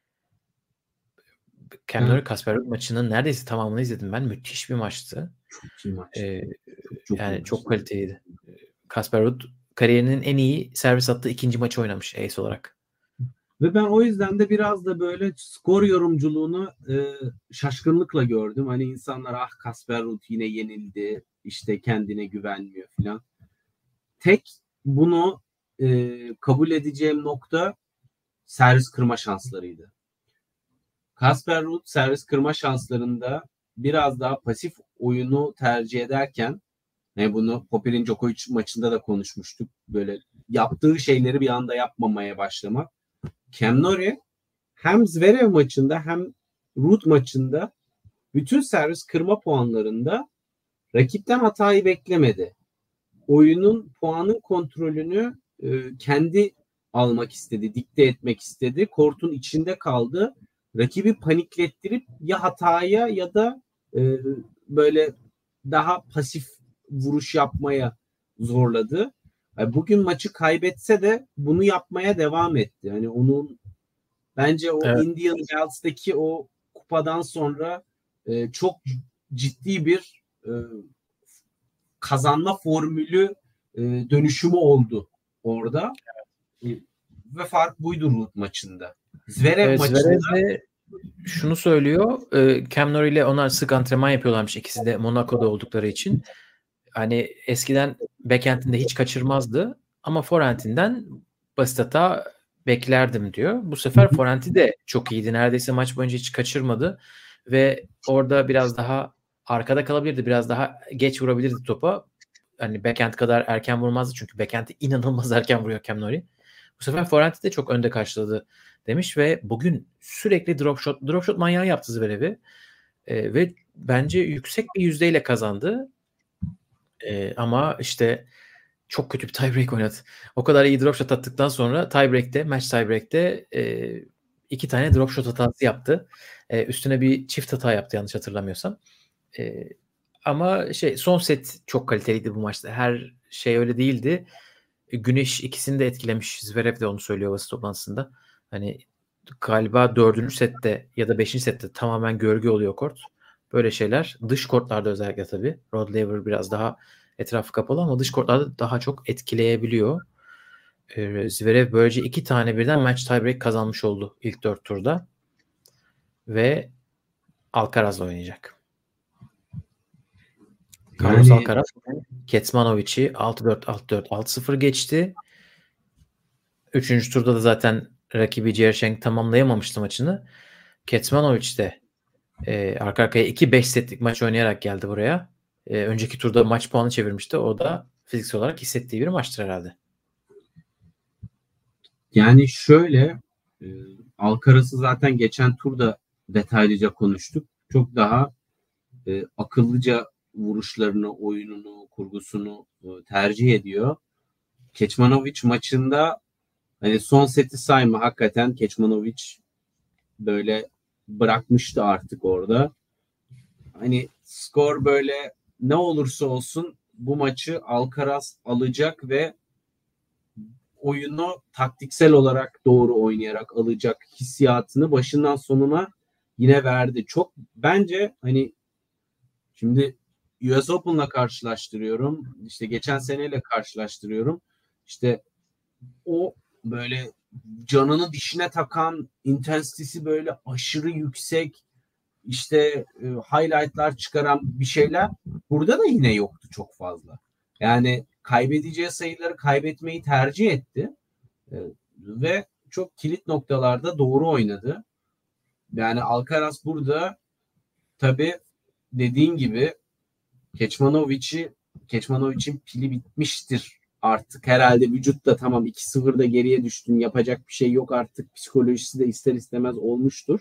S2: Cam Norrie Casper Ruud maçının neredeyse tamamını izledim ben. Müthiş bir maçtı.
S3: Çok iyi maç.
S2: Yani çok kaliteliydi. Casper Ruud kariyerinin en iyi servis attığı ikinci maçı oynamış ace olarak.
S3: Ve ben o yüzden de biraz da böyle skor yorumculuğunu şaşkınlıkla gördüm. Hani insanlar Casper Ruud yine yenildi. İşte kendine güvenmiyor falan. Tek bunu kabul edeceğim nokta servis kırma şanslarıydı. Casper Ruud servis kırma şanslarında biraz daha pasif oyunu tercih ederken bunu Popyrin Djokovic maçında da konuşmuştuk. Böyle yaptığı şeyleri bir anda yapmamaya başlamak. Cam Norrie hem Zverev maçında hem Ruud maçında bütün servis kırma puanlarında rakipten hatayı beklemedi. Puanın kontrolünü kendi almak istedi, dikte etmek istedi. Kortun içinde kaldı. Rakibi paniklettirip ya hataya ya da böyle daha pasif vuruş yapmaya zorladı. Bugün maçı kaybetse de bunu yapmaya devam etti. Yani onun bence o Indian Wells'daki o kupadan sonra çok ciddi bir kazanma formülü dönüşümü oldu orada. Ve fark buydu Ruud maçında. Zverev maçında
S2: de şunu söylüyor. Cam Norrie ile onlar sık antrenman yapıyorlarmış. İkisi de Monaco'da oldukları için. Hani eskiden backhand'inde hiç kaçırmazdı. Ama forehand'inden basit hata beklerdim diyor. Bu sefer forehand'i de çok iyiydi. Neredeyse maç boyunca hiç kaçırmadı. Ve orada biraz daha arkada kalabilirdi. Biraz daha geç vurabilirdi topa. Hani backhand kadar erken vurmazdı. Çünkü backhand'i inanılmaz erken vuruyor Cam Norrie. Bu sefer forehand'i de çok önde karşıladı demiş ve bugün sürekli drop shot manyağı yaptı Zverev'i. Ve bence yüksek bir yüzdeyle kazandı. Ama işte çok kötü bir tiebreak oynadı. O kadar iyi drop shot attıktan sonra match tiebreak'te 2 tane drop shot hatası yaptı. Üstüne bir çift hata yaptı yanlış hatırlamıyorsam. Ama son set çok kaliteliydi bu maçta. Her şey öyle değildi. Güneş ikisini de etkilemiş. Zverev de onu söylüyor basın toplantısında. Hani galiba 4. sette ya da 5. sette tamamen gölge oluyor kort. Böyle şeyler. Dış kortlarda özellikle tabii. Rod Laver biraz daha etrafı kapalı ama dış kortlarda daha çok etkileyebiliyor. Zverev böylece 2 tane birden match tiebreak kazanmış oldu ilk 4 turda. Ve Alcaraz'la oynayacak. Carlos Alcaraz Kecmanovic'i 6-4, 6-4, 6-0 geçti. 3. turda da zaten rakibi Jirshenk tamamlayamamıştı maçını. Kecmanovic de arka arkaya 2-5 setlik maç oynayarak geldi buraya. Önceki turda maç puanı çevirmişti. O da fiziksel olarak hissettiği bir maçtır herhalde.
S3: Yani şöyle Alcaraz'ı zaten geçen turda detaylıca konuştuk. Çok daha akıllıca vuruşlarını, oyununu, kurgusunu tercih ediyor. Kecmanovic maçında hani son seti sayma hakikaten Kecmanovic böyle bırakmıştı artık orada. Hani skor böyle ne olursa olsun bu maçı Alcaraz alacak ve oyunu taktiksel olarak doğru oynayarak alacak hissiyatını başından sonuna yine verdi. Çok bence hani şimdi US Open'la karşılaştırıyorum. İşte geçen seneyle karşılaştırıyorum. İşte o böyle canını dişine takan, intensitesi böyle aşırı yüksek, işte highlightlar çıkaran bir şeyler burada da yine yoktu çok fazla. Yani kaybedeceği sayıları kaybetmeyi tercih etti. Ve çok kilit noktalarda doğru oynadı. Yani Alcaraz burada tabii dediğin gibi Kecmanović'in pili bitmiştir artık. Herhalde vücut da tamam 2-0'da geriye düştün. Yapacak bir şey yok artık. Psikolojisi de ister istemez olmuştur.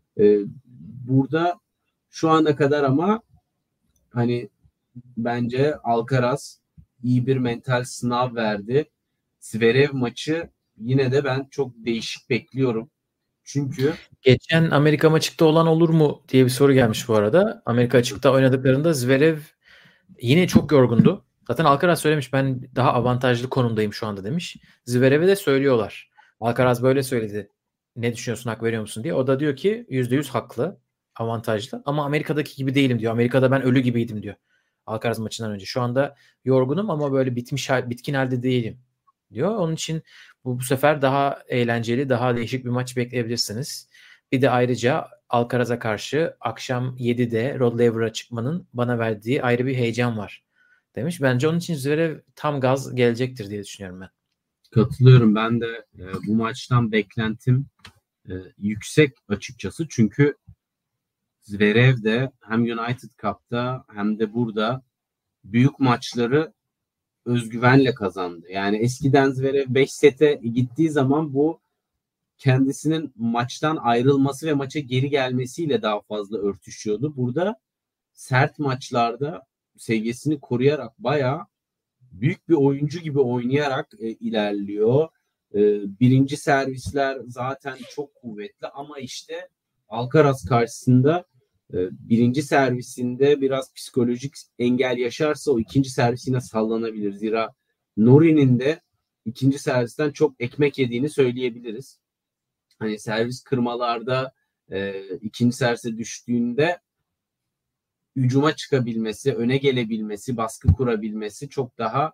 S3: Burada şu ana kadar ama hani bence Alcaraz iyi bir mental sınav verdi. Zverev maçı yine de ben çok değişik bekliyorum. Çünkü
S2: geçen Amerika maçında olan olur mu diye bir soru gelmiş bu arada. Amerika açıkta oynadıklarında Zverev yine çok yorgundu. Zaten Alcaraz söylemiş, ben daha avantajlı konumdayım şu anda demiş. Zverev'e de söylüyorlar. Alcaraz böyle söyledi. Ne düşünüyorsun, hak veriyor musun diye. O da diyor ki %100 haklı, avantajlı. Ama Amerika'daki gibi değilim diyor. Amerika'da ben ölü gibiydim diyor. Alcaraz maçından önce. Şu anda yorgunum ama böyle bitkin halde değilim diyor. Onun için bu sefer daha eğlenceli, daha değişik bir maç bekleyebilirsiniz. Bir de ayrıca Alcaraz'a karşı akşam 7'de Rod Laver'a çıkmanın bana verdiği ayrı bir heyecan var demiş. Bence onun için Zverev tam gaz gelecektir diye düşünüyorum ben.
S3: Katılıyorum. Ben de bu maçtan beklentim yüksek açıkçası. Çünkü Zverev de hem United Cup'ta hem de burada büyük maçları özgüvenle kazandı. Yani eskiden Zverev 5 sete gittiği zaman bu kendisinin maçtan ayrılması ve maça geri gelmesiyle daha fazla örtüşüyordu. Burada sert maçlarda seviyesini koruyarak bayağı büyük bir oyuncu gibi oynayarak ilerliyor. Birinci servisler zaten çok kuvvetli ama işte Alcaraz karşısında birinci servisinde biraz psikolojik engel yaşarsa o ikinci servisine sallanabilir. Zira Norrie'nin de ikinci servisten çok ekmek yediğini söyleyebiliriz. Hani servis kırmalarda ikinci servise düştüğünde hücuma çıkabilmesi, öne gelebilmesi, baskı kurabilmesi çok daha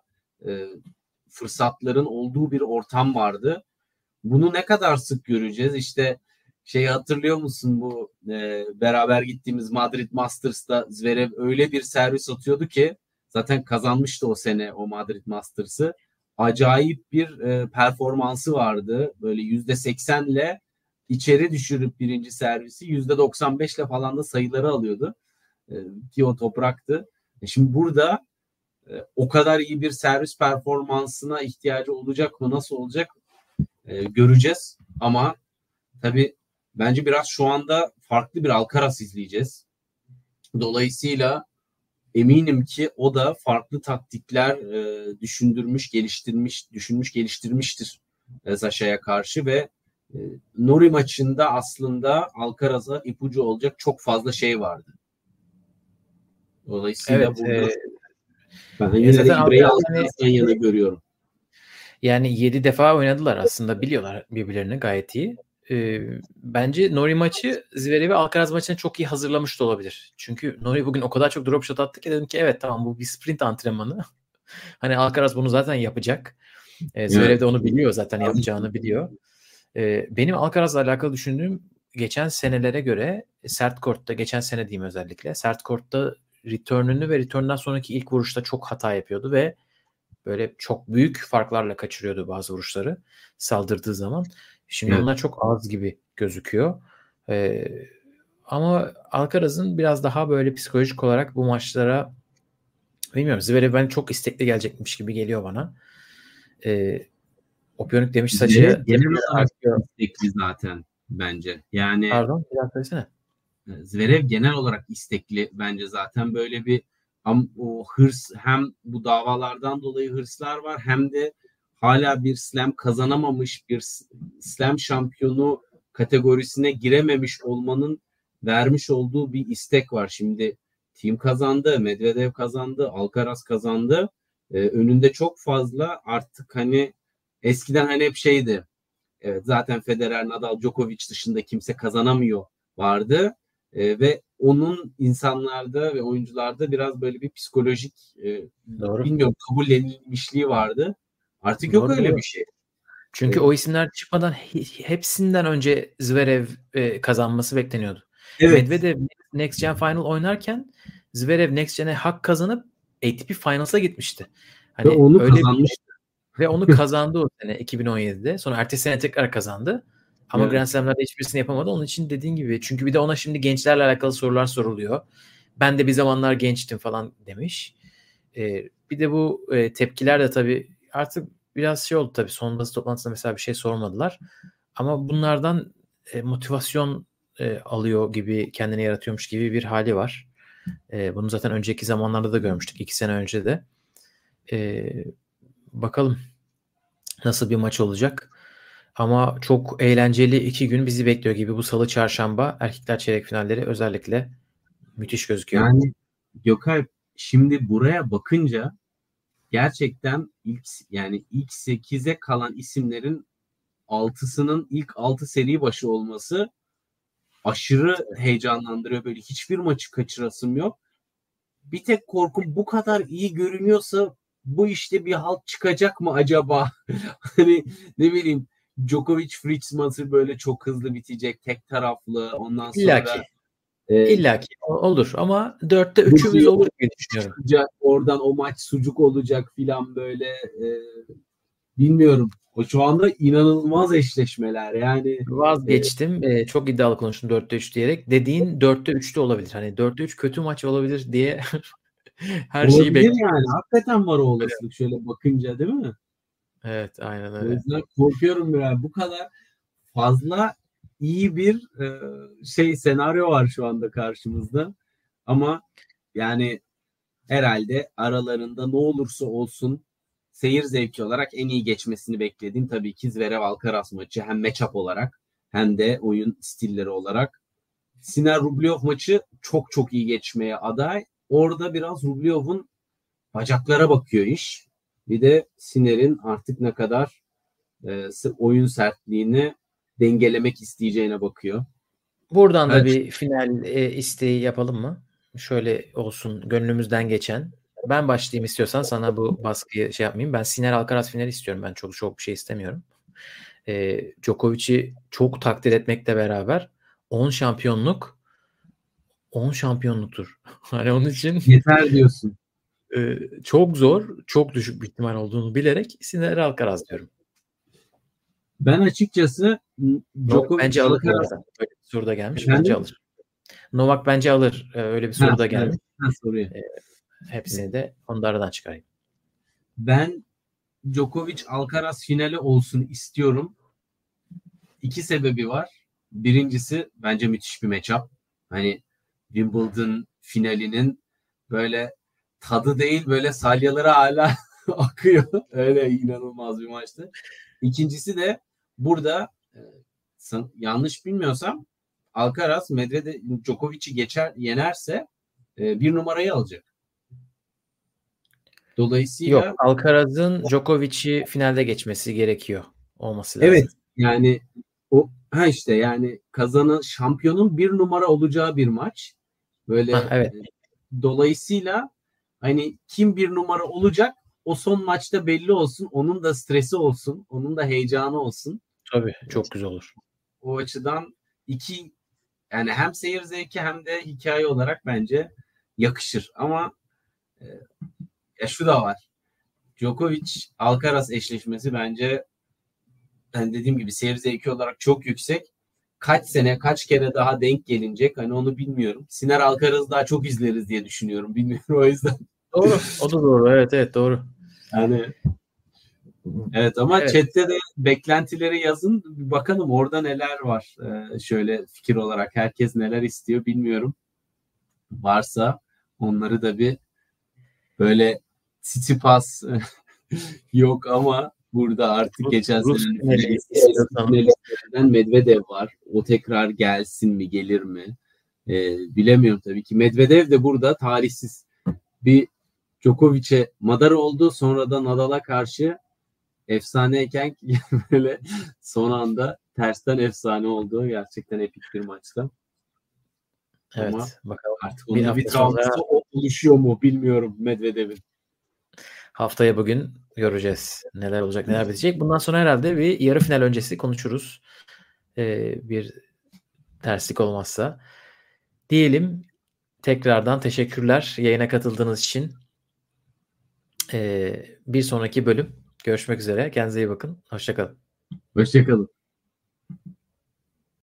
S3: fırsatların olduğu bir ortam vardı. Bunu ne kadar sık göreceğiz? İşte şeyi hatırlıyor musun, bu beraber gittiğimiz Madrid Masters'ta Zverev öyle bir servis atıyordu ki zaten kazanmıştı o sene o Madrid Masters'ı. Acayip bir performansı vardı. Böyle %80'le içeri düşürüp birinci servisi %95'le falan da sayıları alıyordu. Ki o topraktı. Şimdi burada o kadar iyi bir servis performansına ihtiyacı olacak mı? Nasıl olacak? Göreceğiz. Ama tabii bence biraz şu anda farklı bir Alcaraz izleyeceğiz. Dolayısıyla eminim ki o da farklı taktikler geliştirmiştir Sasha'ya karşı ve Norrie maçında aslında Alcaraz'a ipucu olacak çok fazla şey vardı. Dolayısıyla
S2: evet,
S3: burada ben yine de İbre'yi Alcaraz'dan yana görüyorum.
S2: Yani 7 defa oynadılar aslında, biliyorlar birbirlerini gayet iyi. Bence Norrie maçı Zverev'i Alcaraz maçına çok iyi hazırlamış da olabilir. Çünkü Norrie bugün o kadar çok drop shot attı ki dedim ki evet tamam, bu bir sprint antrenmanı. Hani Alcaraz bunu zaten yapacak. Zverev de onu biliyor, zaten yapacağını biliyor. Benim Alcaraz'la alakalı düşündüğüm, geçen senelere göre sert kortta, geçen sene diyeyim özellikle, sert kortta return'ünü ve return'dan sonraki ilk vuruşta çok hata yapıyordu ve böyle çok büyük farklarla kaçırıyordu bazı vuruşları saldırdığı zaman. Şimdi onlar çok az gibi gözüküyor. Ama Alcaraz'ın biraz daha böyle psikolojik olarak bu maçlara, bilmiyorum, Zverev ben çok istekli gelecekmiş gibi geliyor bana. Opionik demiş saçı
S3: genel olarak istekli zaten bence. Yani
S2: pardon, bir daha söylesene.
S3: Zverev genel olarak istekli bence zaten, böyle bir o hırs, hem bu davalardan dolayı hırslar var hem de hala bir slam kazanamamış, bir slam şampiyonu kategorisine girememiş olmanın vermiş olduğu bir istek var. Şimdi Thiem kazandı, Medvedev kazandı, Alcaraz kazandı. Önünde çok fazla artık hani eskiden hani hep şeydi. Evet, zaten Federer, Nadal, Djokovic dışında kimse kazanamıyor vardı. Ve onun insanlarda ve oyuncularda biraz böyle bir psikolojik
S2: Doğru.
S3: bilmiyorum kabullenilmişliği vardı. Artık yok
S2: Doğru,
S3: öyle
S2: doğru.
S3: bir şey.
S2: Çünkü o isimler çıkmadan hepsinden önce Zverev kazanması bekleniyordu.
S3: Evet.
S2: Medvedev Next Gen Final oynarken Zverev Next Gen'e hak kazanıp ATP Finals'a gitmişti. Hani
S3: Ve onu
S2: öyle
S3: kazanmıştı.
S2: ve onu kazandı o sene 2017'de. Sonra ertesi sene tekrar kazandı. Ama
S3: Evet.
S2: Grand Slam'lerde hiçbirisini yapamadı. Onun için dediğin gibi. Çünkü bir de ona şimdi gençlerle alakalı sorular soruluyor. Ben de bir zamanlar gençtim falan demiş. Bir de bu tepkiler de tabii artık biraz şey oldu tabii. Son basın toplantısında mesela bir şey sormadılar. Ama bunlardan motivasyon alıyor gibi, kendini yaratıyormuş gibi bir hali var. Bunu zaten önceki zamanlarda da görmüştük. 2 sene önce de. Bakalım nasıl bir maç olacak. Ama çok eğlenceli 2 gün bizi bekliyor gibi. Bu salı, çarşamba erkekler çeyrek finalleri özellikle müthiş gözüküyor.
S3: Yani Gökay, şimdi buraya bakınca gerçekten ilk 8'e kalan isimlerin 6'sının ilk 6 seri başı olması aşırı heyecanlandırıyor. Böyle hiçbir maçı kaçırasım yok. Bir tek korkum, bu kadar iyi görünüyorsa bu işte bir halt çıkacak mı acaba? Hani ne bileyim, Djokovic Fritz maçı böyle çok hızlı bitecek, tek taraflı. Ondan sonra
S2: İlla ki olur ama 4'te 3'ümüz olur diye düşünüyorum.
S3: oradan o maç sucuk olacak filan böyle. Bilmiyorum. O şu anda inanılmaz eşleşmeler. Yani
S2: vazgeçtim. Çok iddialı konuştum 4'te 3 diyerek. Dediğin 4'te 3'te olabilir. Hani 4'te 3 kötü maç olabilir diye her şeyi
S3: olabilir
S2: bekliyorum.
S3: yani. Hakikaten var o olasılık şöyle bakınca, değil mi?
S2: Evet, aynen
S3: O
S2: öyle.
S3: yüzden korkuyorum biraz. Bu kadar fazla iyi bir senaryo var şu anda karşımızda. Ama yani herhalde aralarında ne olursa olsun seyir zevki olarak en iyi geçmesini beklediğim tabii ki Zverev Alcaraz maçı, hem matchup olarak hem de oyun stilleri olarak. Sinner Rublev maçı çok çok iyi geçmeye aday. Orada biraz Rublev'un bacaklara bakıyor iş. Bir de Sinner'in artık ne kadar oyun sertliğini dengelemek isteyeceğine bakıyor.
S2: Buradan da
S3: Evet.
S2: bir final isteği yapalım mı? Şöyle olsun gönlümüzden geçen. Ben başlayayım istiyorsan, sana bu baskıyı şey yapmayayım. Ben Sinner Alcaraz finali istiyorum. Ben çok bir şey istemiyorum. Djokovic'i çok takdir etmekle beraber 10 şampiyonluk 10 şampiyonluktur. Hani onun için
S3: Yeter diyorsun.
S2: çok zor, çok düşük bir ihtimal olduğunu bilerek Sinner Alcaraz diyorum.
S3: Ben açıkçası
S2: Novak bence alır bu
S3: Alcaraz...
S2: arada. Böyle bir soru da gelmiş.
S3: Efendim?
S2: Bence alır. Novak bence alır. Öyle bir soru da gelmiş.
S3: Evet, soruyu.
S2: Hepsini de onlardan çıkarayım.
S3: Ben Djokovic Alcaraz finali olsun istiyorum. 2 sebebi var. Birincisi, bence müthiş bir matchup. Hani Wimbledon finalinin böyle tadı değil, böyle salyaları hala akıyor. Öyle inanılmaz bir maçtı. İkincisi de burada yanlış bilmiyorsam Alcaraz Medvedev Djokovic'i yenerse 1 numarayı alacak. Dolayısıyla
S2: Yok, Alcaraz'ın Djokovic'i finalde geçmesi gerekiyor olması lazım.
S3: evet, yani o işte yani kazanan şampiyonun 1 numara olacağı bir maç. Böyle
S2: Evet.
S3: Dolayısıyla hani kim 1 numara olacak, o son maçta belli olsun. Onun da stresi olsun. Onun da heyecanı olsun.
S2: Tabii, çok güzel olur.
S3: O açıdan yani hem seyir zevki hem de hikaye olarak bence yakışır. Ama şu da var. Djokovic Alcaraz eşleşmesi bence, hani dediğim gibi, seyir zevki olarak çok yüksek. Kaç sene, kaç kere daha denk gelinecek, hani onu bilmiyorum. Sinner Alcaraz'ı daha çok izleriz diye düşünüyorum. Bilmiyorum, o yüzden.
S2: Doğru. O da doğru. Evet, doğru.
S3: Yani evet, ama
S2: Evet.
S3: chatte de beklentileri yazın. Bakalım orada neler var. Şöyle fikir olarak herkes neler istiyor bilmiyorum. Varsa onları da bir böyle Tsitsipas yok ama burada artık geçen senenin finalistlerinden Medvedev var. O tekrar gelsin mi, gelir mi? Bilemiyorum tabii ki. Medvedev de burada tarihsiz bir Djokovic'e madar oldu. Sonra da Nadal'a karşı efsaneyken böyle son anda tersten efsane olduğu gerçekten epik bir maçta.
S2: Evet,
S3: Ama
S2: bakalım.
S3: artık onun bir travması
S2: sonra
S3: oluşuyor mu bilmiyorum Medvedev'in.
S2: haftaya bugün göreceğiz. Neler olacak, neler bitecek. Bundan sonra herhalde bir yarı final öncesi konuşuruz. Bir terslik olmazsa. Diyelim, tekrardan teşekkürler yayına katıldığınız için. Bir sonraki bölüm görüşmek üzere. Kendinize iyi bakın. Hoşça kalın.
S3: Hoşçakalın.